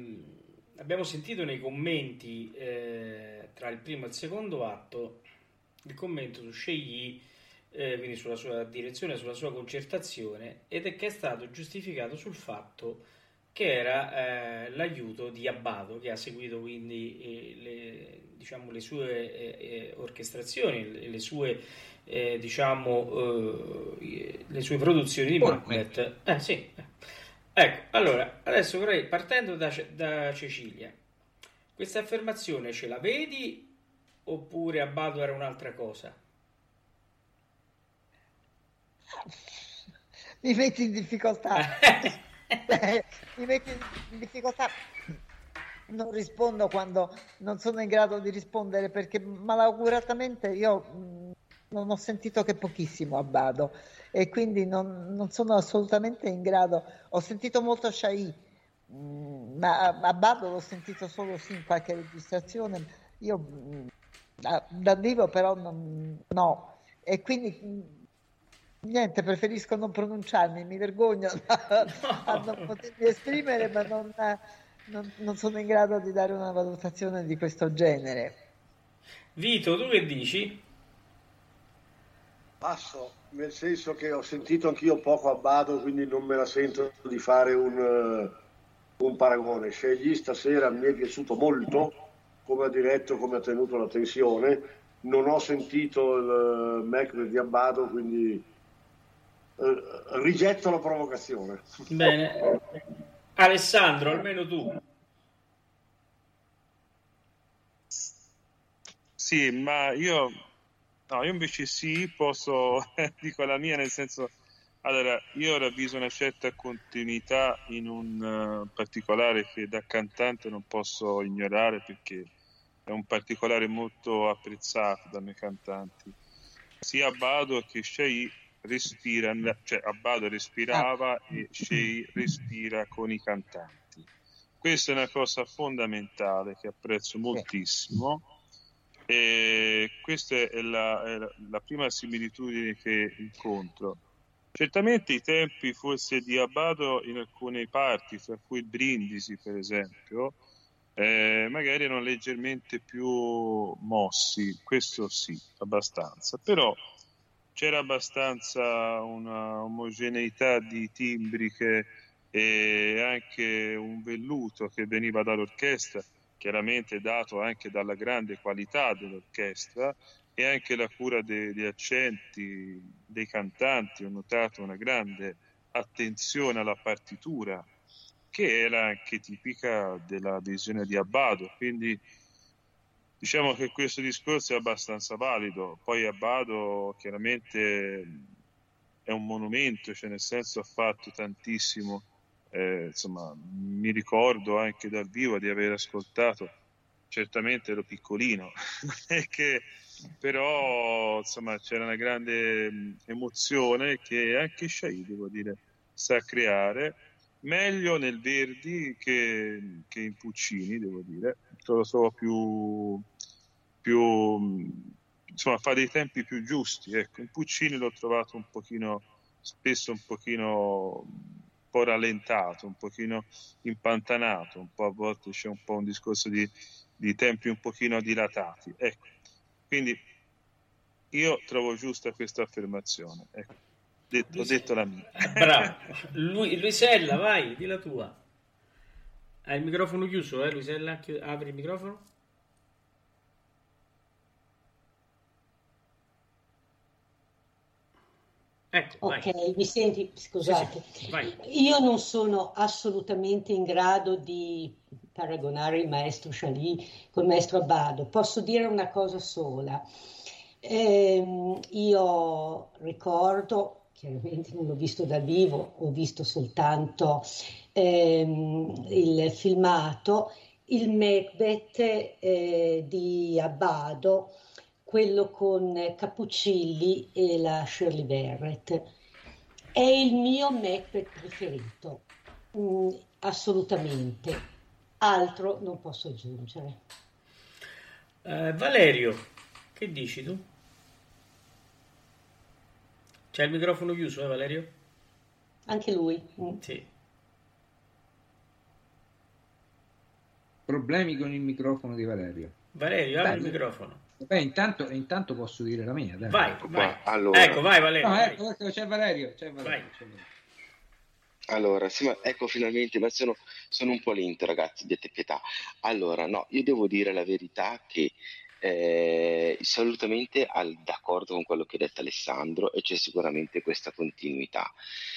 Abbiamo sentito nei commenti tra il primo e il secondo atto il commento su Scegli, quindi sulla sua direzione, sulla sua concertazione, ed è che è stato giustificato sul fatto che era l'aiuto di Abbado, che ha seguito quindi le sue orchestrazioni, le sue le sue produzioni di Macbeth. Sì. Ecco, allora, adesso vorrei, partendo da Cecilia, questa affermazione ce la vedi oppure Abbado era un'altra cosa? Mi metti in difficoltà. Mi metti in difficoltà. Non rispondo quando non sono in grado di rispondere, perché malauguratamente io non ho sentito che pochissimo Abbado e quindi non sono assolutamente in grado. Ho sentito molto Chailly, ma Abbado l'ho sentito solo in qualche registrazione. Io da vivo però no, e quindi niente, preferisco non pronunciarmi, mi vergogno a non potermi esprimere, ma non sono in grado di dare una valutazione di questo genere. Vito, tu che dici? Passo, nel senso che ho sentito anch'io poco Abbado, quindi non me la sento di fare un paragone. Scegli stasera mi è piaciuto molto, come ha diretto, come ha tenuto la tensione. Non ho sentito il Macbeth di Abbado, quindi rigetto la provocazione. Bene. Alessandro, almeno tu. Sì, ma io invece sì, posso, dico la mia, nel senso, allora, io ravviso una certa continuità in un particolare che da cantante non posso ignorare, perché è un particolare molto apprezzato dai miei cantanti. Sia Abbado che Chailly respirano, cioè Abbado respirava e Chailly respira con i cantanti. Questa è una cosa fondamentale che apprezzo moltissimo, e questa è la prima similitudine che incontro. Certamente i tempi forse di Abbado in alcune parti, fra cui il Brindisi per esempio, magari erano leggermente più mossi, questo sì, abbastanza, però c'era abbastanza una omogeneità di timbriche e anche un velluto che veniva dall'orchestra, chiaramente dato anche dalla grande qualità dell'orchestra e anche la cura degli accenti dei cantanti. Ho notato una grande attenzione alla partitura, che era anche tipica della visione di Abbado, quindi diciamo che questo discorso è abbastanza valido. Poi Abbado chiaramente è un monumento, cioè nel senso ha fatto tantissimo, insomma mi ricordo anche dal vivo di aver ascoltato, certamente ero piccolino, però insomma c'era una grande emozione che anche Chailly, devo dire, sa creare, meglio nel Verdi che in Puccini, devo dire. Lo trovo più insomma fa dei tempi più giusti, ecco. In Puccini l'ho trovato un pochino spesso un po' rallentato, un pochino impantanato, un po' a volte c'è un po' un discorso di tempi un pochino dilatati, ecco. Quindi io trovo giusta questa affermazione, ecco. Ho detto la mia. Bravo. Luisella, vai, di la tua. Hai il microfono chiuso, Luisella? Apri il microfono. Ecco, ok, vai. Mi senti? Scusate. Sì, vai. Io non sono assolutamente in grado di paragonare il maestro Chailly col maestro Abbado. Posso dire una cosa sola. Io ricordo, chiaramente non l'ho visto dal vivo, ho visto soltanto il filmato, il Macbeth di Abbado, quello con Capuccilli e la Shirley Barrett. È il mio Macbeth preferito, assolutamente. Altro non posso aggiungere. Valerio, che dici tu? C'è il microfono chiuso, Valerio? Anche lui. Sì. Problemi con il microfono di Valerio. Valerio, apri il microfono. Beh, intanto posso dire la mia, dai. Vai. Allora, ecco, vai Valerio. No, vai. ecco, c'è Valerio. Vai. Allora, sì, ma ecco finalmente, ma sono un po' lento, ragazzi, abbiate pietà. Allora, no, io devo dire la verità che assolutamente d'accordo con quello che ha detto Alessandro, e c'è sicuramente questa continuità.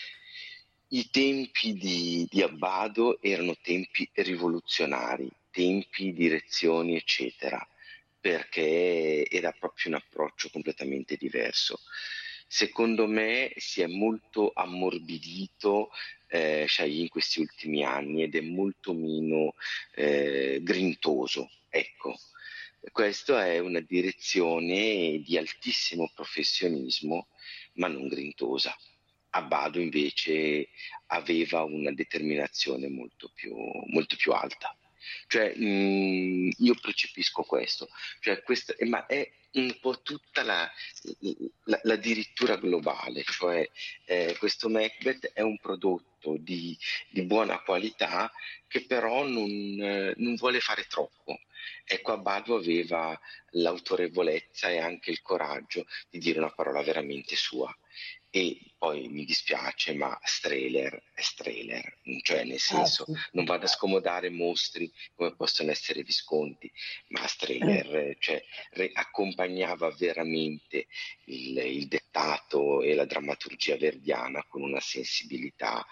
I tempi di Abbado erano tempi rivoluzionari, tempi, direzioni, eccetera, perché era proprio un approccio completamente diverso. Secondo me si è molto ammorbidito Shai in questi ultimi anni ed è molto meno grintoso, ecco. Questa è una direzione di altissimo professionismo, ma non grintosa. Abbado invece aveva una determinazione molto più alta. Cioè, io percepisco questo, ma è un po' tutta la dirittura globale, cioè questo Macbeth è un prodotto di buona qualità che però non vuole fare troppo. Ecco, Abbado aveva l'autorevolezza e anche il coraggio di dire una parola veramente sua. E poi mi dispiace, ma Strehler è Strehler, cioè nel senso non vado a scomodare mostri come possono essere Visconti, ma Strehler accompagnava veramente il dettato e la drammaturgia verdiana con una sensibilità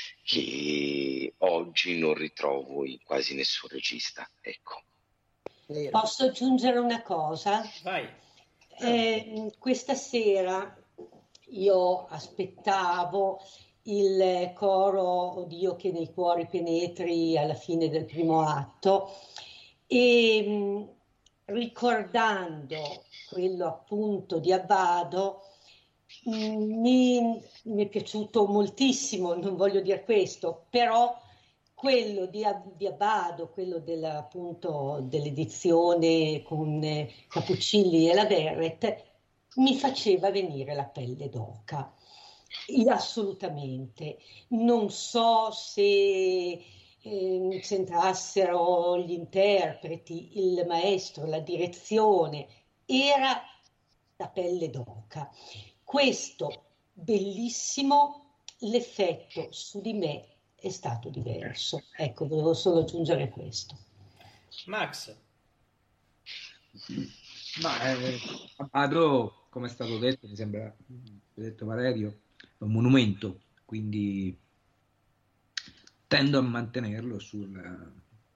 che oggi non ritrovo in quasi nessun regista, ecco. Posso aggiungere una cosa? Vai. Questa sera io aspettavo il coro Dio che nei cuori penetri alla fine del primo atto e ricordando quello appunto di Abbado mi è piaciuto moltissimo, non voglio dire questo, però quello di Abbado, quello appunto dell'edizione con Capuccilli e la Verret, mi faceva venire la pelle d'oca. Assolutamente. Non so se c'entrassero gli interpreti, il maestro, la direzione, era la pelle d'oca. Questo bellissimo, l'effetto su di me è stato diverso. Ecco, volevo solo aggiungere questo. Max. Ma Abbado, come è stato detto, mi sembra, ha detto Valerio, è un monumento, quindi tendo a mantenerlo sul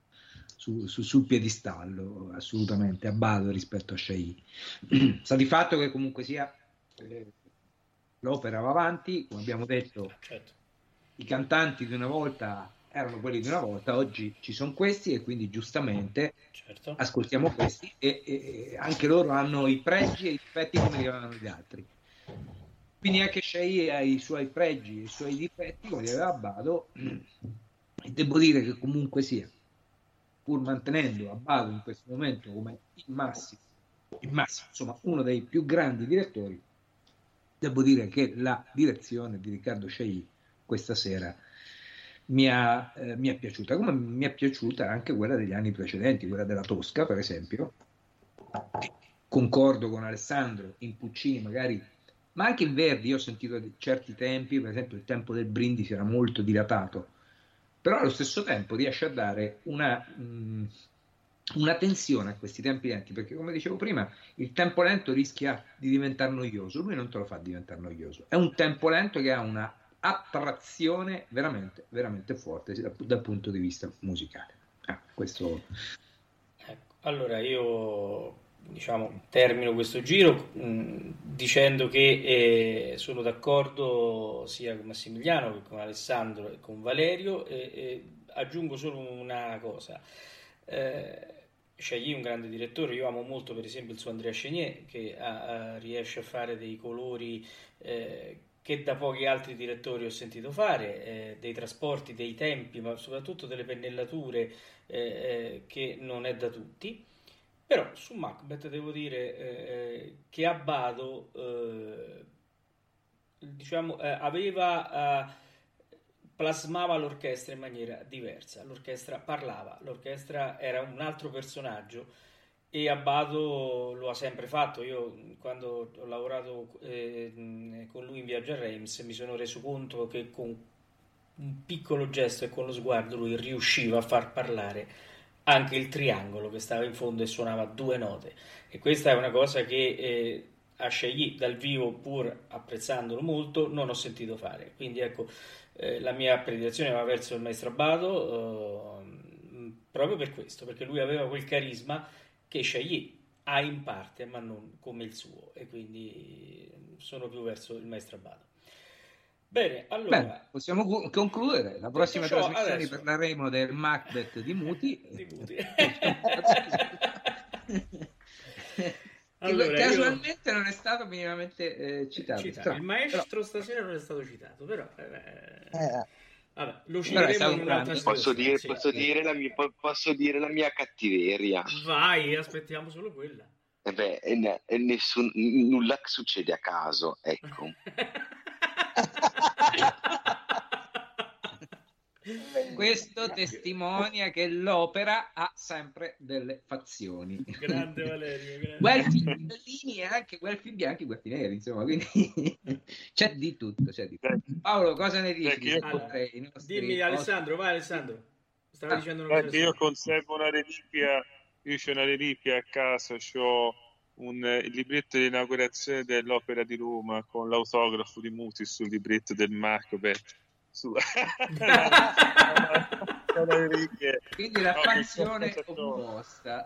piedistallo, assolutamente, Abbado rispetto a Shai. Sta di fatto che comunque sia l'opera va avanti, come abbiamo detto, certo. I cantanti di una volta erano quelli di una volta, oggi ci sono questi e quindi giustamente certo. Ascoltiamo questi e anche loro hanno i pregi e i difetti come li avevano gli altri. Quindi anche Shai ha i suoi pregi e i suoi difetti come li aveva Abbado, e devo dire che comunque sia, pur mantenendo Abbado in questo momento come il massimo, insomma uno dei più grandi direttori, devo dire che la direzione di Riccardo Shai questa sera mi è piaciuta, come mi è piaciuta anche quella degli anni precedenti, quella della Tosca per esempio. Concordo con Alessandro, in Puccini magari, ma anche in Verdi. Io ho sentito certi tempi, per esempio il tempo del Brindisi era molto dilatato, però allo stesso tempo riesce a dare una tensione a questi tempi lenti, perché come dicevo prima il tempo lento rischia di diventare noioso, lui non te lo fa diventare noioso, è un tempo lento che ha una attrazione veramente, veramente forte dal punto di vista musicale. Questo... Ecco, allora io termino questo giro dicendo che sono d'accordo sia con Massimiliano che con Alessandro e con Valerio e aggiungo solo una cosa. Chailly è un grande direttore, io amo molto per esempio il suo Andrea Chenier che riesce a fare dei colori che da pochi altri direttori ho sentito fare, dei trasporti, dei tempi, ma soprattutto delle pennellature che non è da tutti. Però su Macbeth devo dire che Abbado plasmava l'orchestra in maniera diversa, l'orchestra parlava, l'orchestra era un altro personaggio E Abbado lo ha sempre fatto. Io quando ho lavorato con lui in Viaggio a Reims mi sono reso conto che con un piccolo gesto e con lo sguardo lui riusciva a far parlare anche il triangolo che stava in fondo e suonava 2 note, e questa è una cosa che a Chailly dal vivo, pur apprezzandolo molto, non ho sentito fare. Quindi ecco, la mia predilezione va verso il maestro Abbado, proprio per questo, perché lui aveva quel carisma che Chailly ha in parte, ma non come il suo, e quindi sono più verso il maestro Abbado. Bene, allora... Beh, possiamo concludere. La prossima trasmissione adesso parleremo del Macbeth di Muti. Allora, casualmente non è stato minimamente citato. Il maestro stasera non è stato citato, però vabbè, lo Però citeremo in un'altra posso dire la mia cattiveria. Vai, aspettiamo solo quella. Nulla succede a caso, ecco. Questo testimonia che l'opera ha sempre delle fazioni. Grande Valerio, Guelfi giallini e anche guelfi bianchi, guelfi neri, insomma, quindi c'è di tutto, Paolo, cosa ne dici? Dimmi, Alessandro, vai Alessandro. Stava dicendo una cosa. Io conservo una reliquia, io c'ho una reliquia a casa, c'ho il libretto di inaugurazione dell'Opera di Roma con l'autografo di Muti sul libretto del Macbeth. Quindi la passione opposta.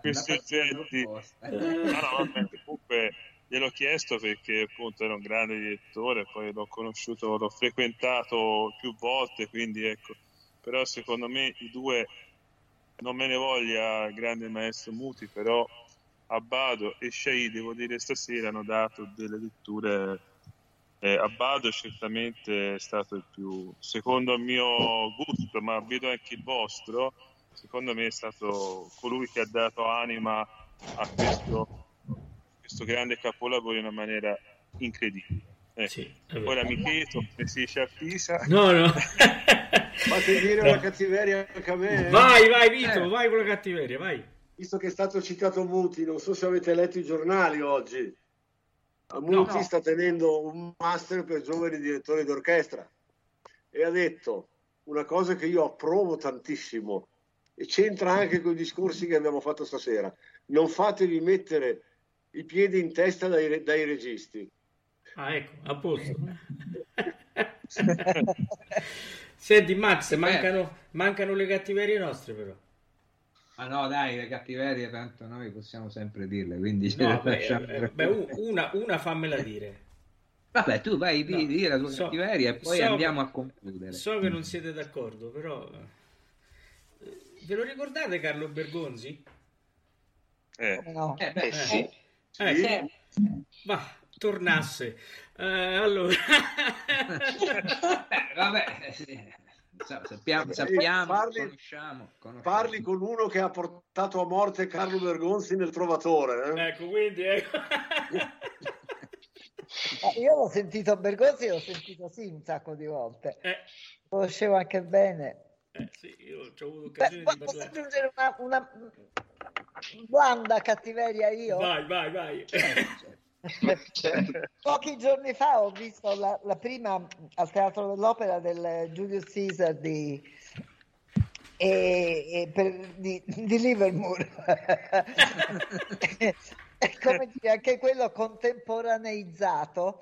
Comunque gliel'ho chiesto perché appunto era un grande direttore, poi l'ho conosciuto, l'ho frequentato più volte, quindi ecco, però secondo me i due, non me ne voglia il grande maestro Muti, però Abbado e Chailly, devo dire, stasera hanno dato delle letture. Abbado certamente è stato il più, secondo il mio gusto, ma vedo anche il vostro, secondo me è stato colui che ha dato anima a questo grande capolavoro in una maniera incredibile. Sì, ora mi chiedo se si dice a Pisa. No. Fate dire una cattiveria anche a me. Vai Vito, vai con la cattiveria, vai. Visto che è stato citato Muti, non so se avete letto i giornali oggi. Muti sta tenendo un master per giovani direttori d'orchestra e ha detto una cosa che io approvo tantissimo e c'entra anche con i discorsi che abbiamo fatto stasera: non fatevi mettere i piedi in testa dai registi. Ecco, a posto. Senti Max, mancano le cattiverie nostre, però. Ma no, dai, le cattiverie tanto noi possiamo sempre dirle, quindi una fammela dire. Vabbè, tu vai, di la tua cattiveria e poi andiamo a concludere. So che non siete d'accordo, però ve lo ricordate Carlo Bergonzi? No. Sì. Va, tornasse. Allora. Vabbè, sì. Sappiamo, conosciamo. Parli con uno che ha portato a morte Carlo Bergonzi nel Trovatore. Ecco, quindi io l'ho sentito Bergonzi, l'ho sentito un sacco di volte. Lo conoscevo anche bene. Sì, io ho avuto occasione di posso parlare. aggiungere una blanda cattiveria io? Vai. Pochi giorni fa ho visto la prima al Teatro dell'Opera del Julius Caesar di Livermore. Come dire, anche quello contemporaneizzato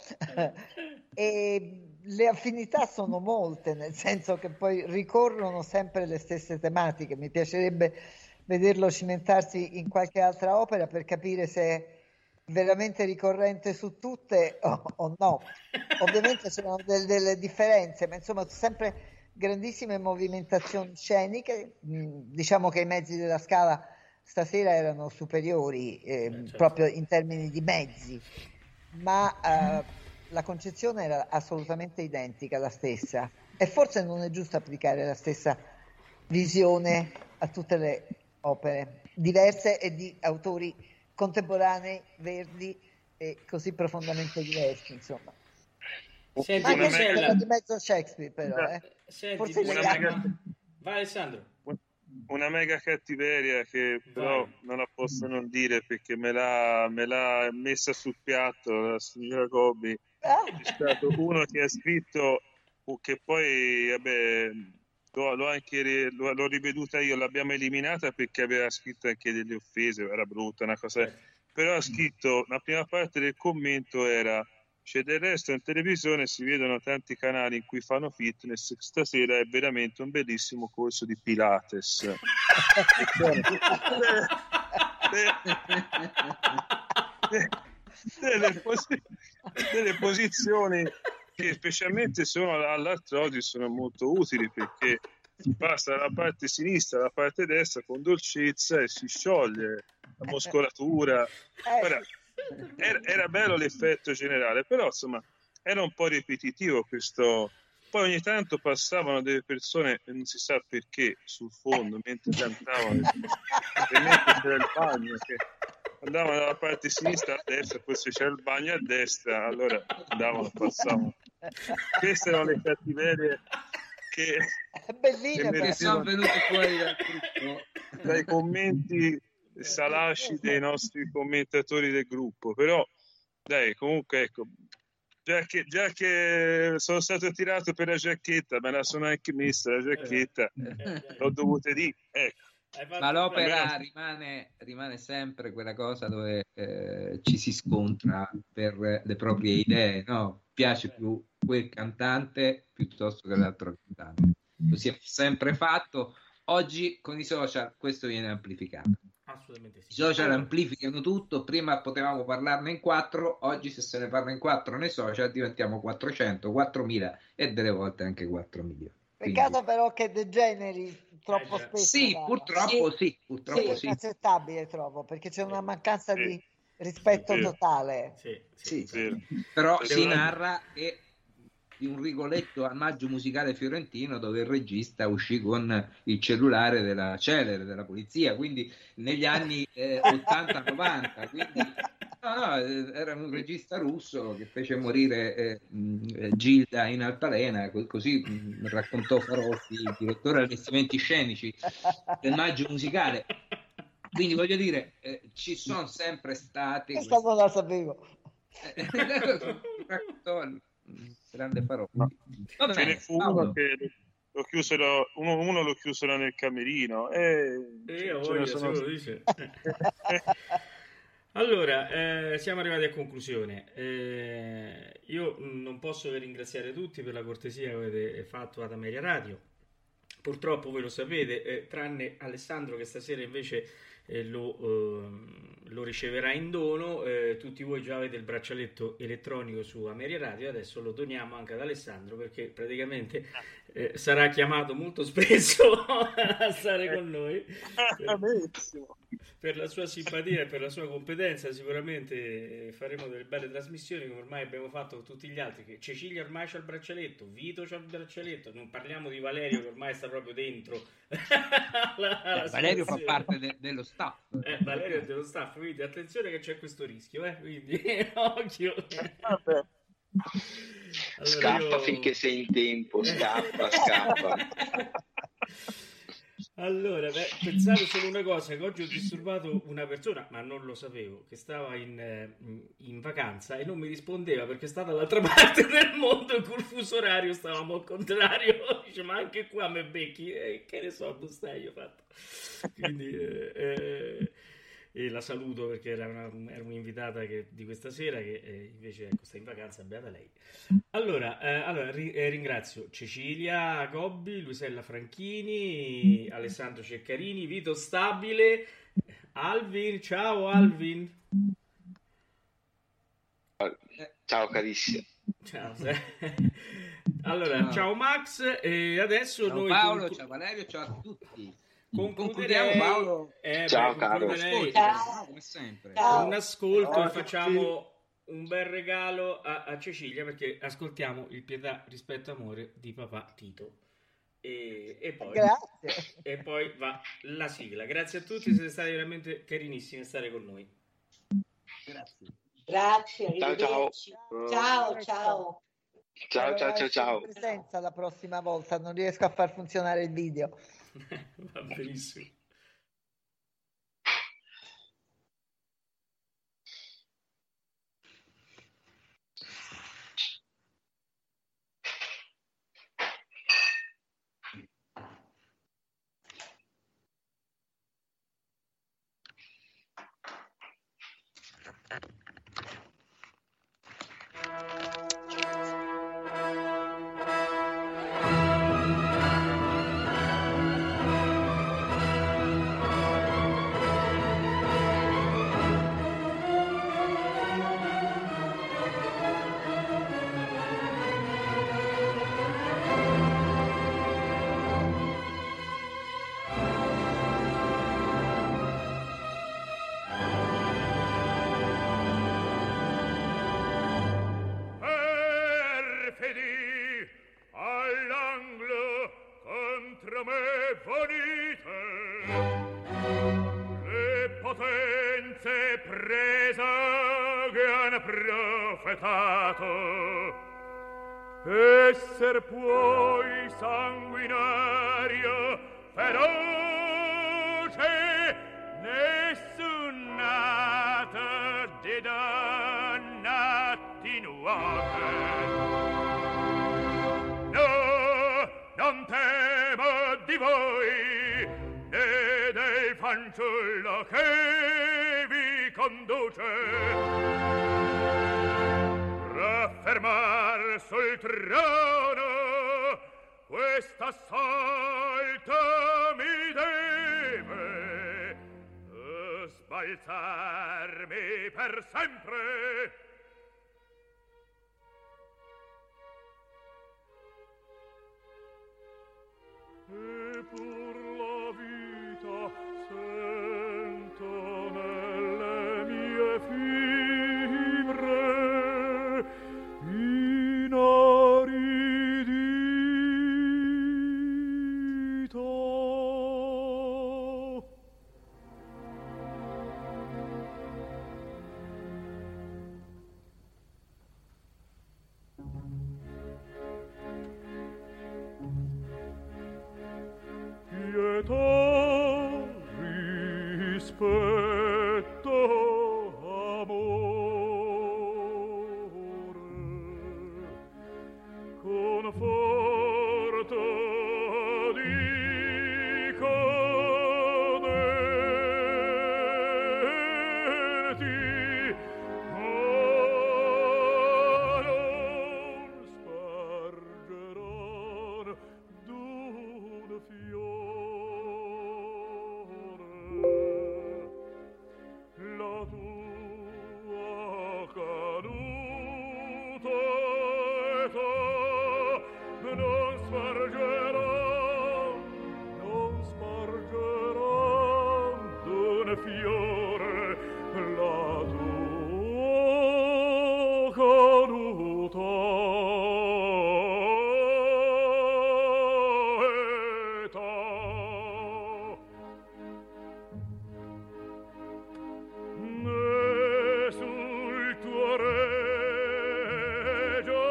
e le affinità sono molte, nel senso che poi ricorrono sempre le stesse tematiche. Mi piacerebbe vederlo cimentarsi in qualche altra opera per capire se è veramente ricorrente su tutte o no. Ovviamente sono delle differenze, ma insomma sempre grandissime movimentazioni sceniche. Diciamo che i mezzi della Scala stasera erano superiori certo, proprio in termini di mezzi, ma la concezione era assolutamente identica, la stessa, e forse non è giusto applicare la stessa visione a tutte le opere diverse e di autori contemporanei, verdi e così profondamente diversi, insomma. Senti, anche di mezzo Shakespeare, però. Senti, forse vai Alessandro. una mega cattiveria che però non la posso non dire perché me l'ha messa sul piatto la signora Gobbi. C'è stato uno che ha scritto, che poi vabbè, l'ho riveduta io, l'abbiamo eliminata perché aveva scritto anche delle offese, era brutta una cosa, però ha scritto, la prima parte del commento era: c'è del resto in televisione si vedono tanti canali in cui fanno fitness, stasera è veramente un bellissimo corso di Pilates. delle posizioni che specialmente sono all'artrosi sono molto utili, perché si passa dalla parte sinistra alla parte destra con dolcezza e si scioglie la muscolatura. Era bello l'effetto generale, però insomma era un po' ripetitivo questo. Poi ogni tanto passavano delle persone, non si sa perché, sul fondo mentre cantavano, e mentre c'era il bagno, che andavano dalla parte sinistra a destra, poi se c'era il bagno a destra, allora andavano, passavano. Queste erano le cattiverie che sono venute fuori dal gruppo, dai commenti salaci dei nostri commentatori del gruppo. Però dai, comunque ecco, già che sono stato tirato per la giacchetta, me la sono anche messa la giacchetta, l'ho dovuta dire, ecco. Ma l'opera rimane sempre quella cosa dove ci si scontra per le proprie idee, no? Piace più quel cantante piuttosto che l'altro cantante. Lo si è sempre fatto. Oggi con i social questo viene amplificato. Assolutamente sì. I social amplificano tutto. Prima potevamo parlarne in 4, oggi se se ne parla in 4 nei social diventiamo 400, 4.000 e delle volte anche 4 milioni. Peccato però che degeneri troppo spesso. Sì, purtroppo sì. È inaccettabile, trovo, perché c'è una mancanza di rispetto totale. Sì. Però si narra che di un Rigoletto al Maggio Musicale Fiorentino dove il regista uscì con il cellulare della celere della polizia, quindi negli anni 80-90, quindi era un regista russo che fece morire Gilda in altalena, così raccontò Farolfi, il direttore degli allestimenti scenici del Maggio Musicale. Quindi voglio dire, ci sono sempre stati... Questa non la sapevo. Raccontò grande parola. Ce ne fu uno che lo chiusero, uno lo chiusero nel camerino dice. Allora, siamo arrivati a conclusione. Io non posso che ringraziare tutti per la cortesia che avete fatto ad Ameria Radio. Purtroppo voi lo sapete, tranne Alessandro che stasera invece lo riceverà in dono. Tutti voi già avete il braccialetto elettronico su Ameria Radio, adesso lo doniamo anche ad Alessandro perché praticamente sarà chiamato molto spesso a stare con noi per la sua simpatia e per la sua competenza. Sicuramente faremo delle belle trasmissioni come ormai abbiamo fatto con tutti gli altri, che Cecilia ormai c'ha il braccialetto, Vito c'ha il braccialetto, non parliamo di Valerio che ormai sta proprio dentro Valerio fa parte dello staff. Valerio è dello staff, quindi attenzione che c'è questo rischio, quindi occhio. Allora, scappa finché sei in tempo, scappa. Allora, pensate solo una cosa, che oggi ho disturbato una persona, ma non lo sapevo, che stava in vacanza e non mi rispondeva perché è stata dall'altra parte del mondo, col fuso orario stavamo al contrario. Dice, ma anche qua me becchi, che ne so, dove stai, io fatto. Quindi e la saluto perché era un'invitata di questa sera che invece sta in vacanza, beata lei. Allora ringrazio Cecilia Gobbi, Luisella Franchini, Alessandro Ceccarini, Vito Stabile, Alvin. Ciao Alvin. Ciao carissimo. Ciao. Allora, ciao Max e adesso ciao noi Paolo, ciao Valerio, ciao a tutti. Concludiamo Paolo. Ciao caro. Come sempre. Con un ascolto e facciamo un bel regalo a Cecilia perché ascoltiamo il Pietà rispetto amore di papà Tito e poi va la sigla. Grazie a tutti, siete stati veramente carinissimi a stare con noi. Grazie, arrivederci. Ciao. Presenza la prossima volta, non riesco a far funzionare il video. Va benissimo. Esser puoi sanguinario feroce, nessun nato di donnati nuove. No, non temo di voi, né del fanciullo che vi conduce. Raffermar sul trono quest'assalto mi deve, sbalzarmi per sempre. E pur la vita sento nelle mie fibre inaridito. Pietà, rispetto, amore, conforto dico dirti, non spargeron d'un fiore la tua caduta età, non spargeron d'un fiore la tua caduta età. Ne sul tuo regio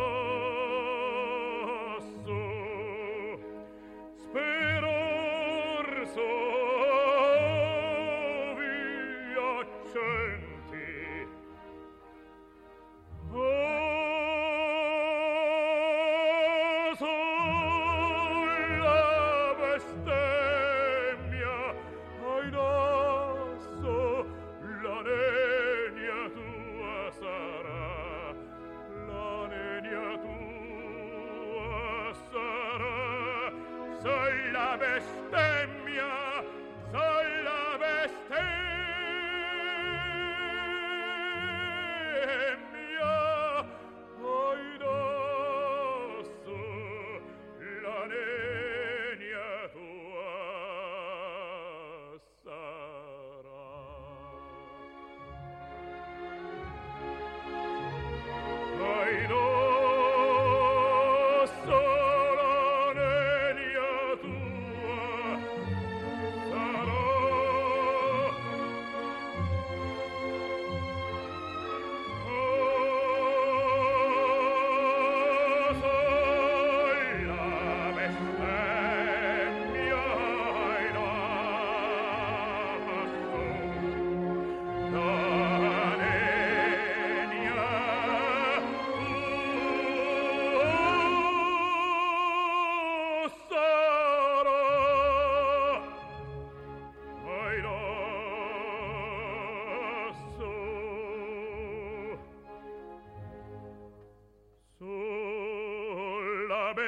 sasso speror sovi accenti. Sulla bestemmia ai nasso la legna tua sarà, la legna tua sarà. Sulla bestemmia, sulla bestemmia ai nasso la legna tua sarà. Ai nasso la legna tua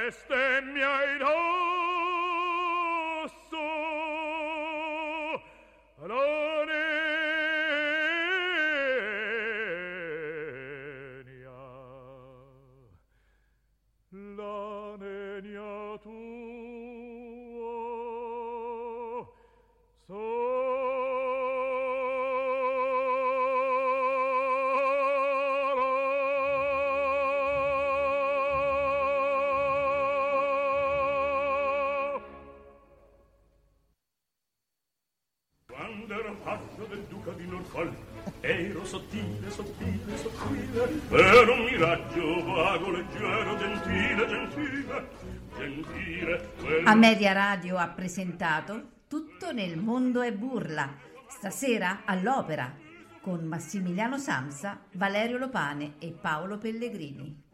bestemmia ed osso la nenia tua quando ero paggio del duca di Norfolk ero sottile, sottile, sottile, ero un miraggio vago, leggero, gentile, gentile, gentile. A Media Radio ha presentato Tutto nel mondo è burla, stasera all'Opera, con Massimiliano Samsa, Valerio Lopane e Paolo Pellegrini.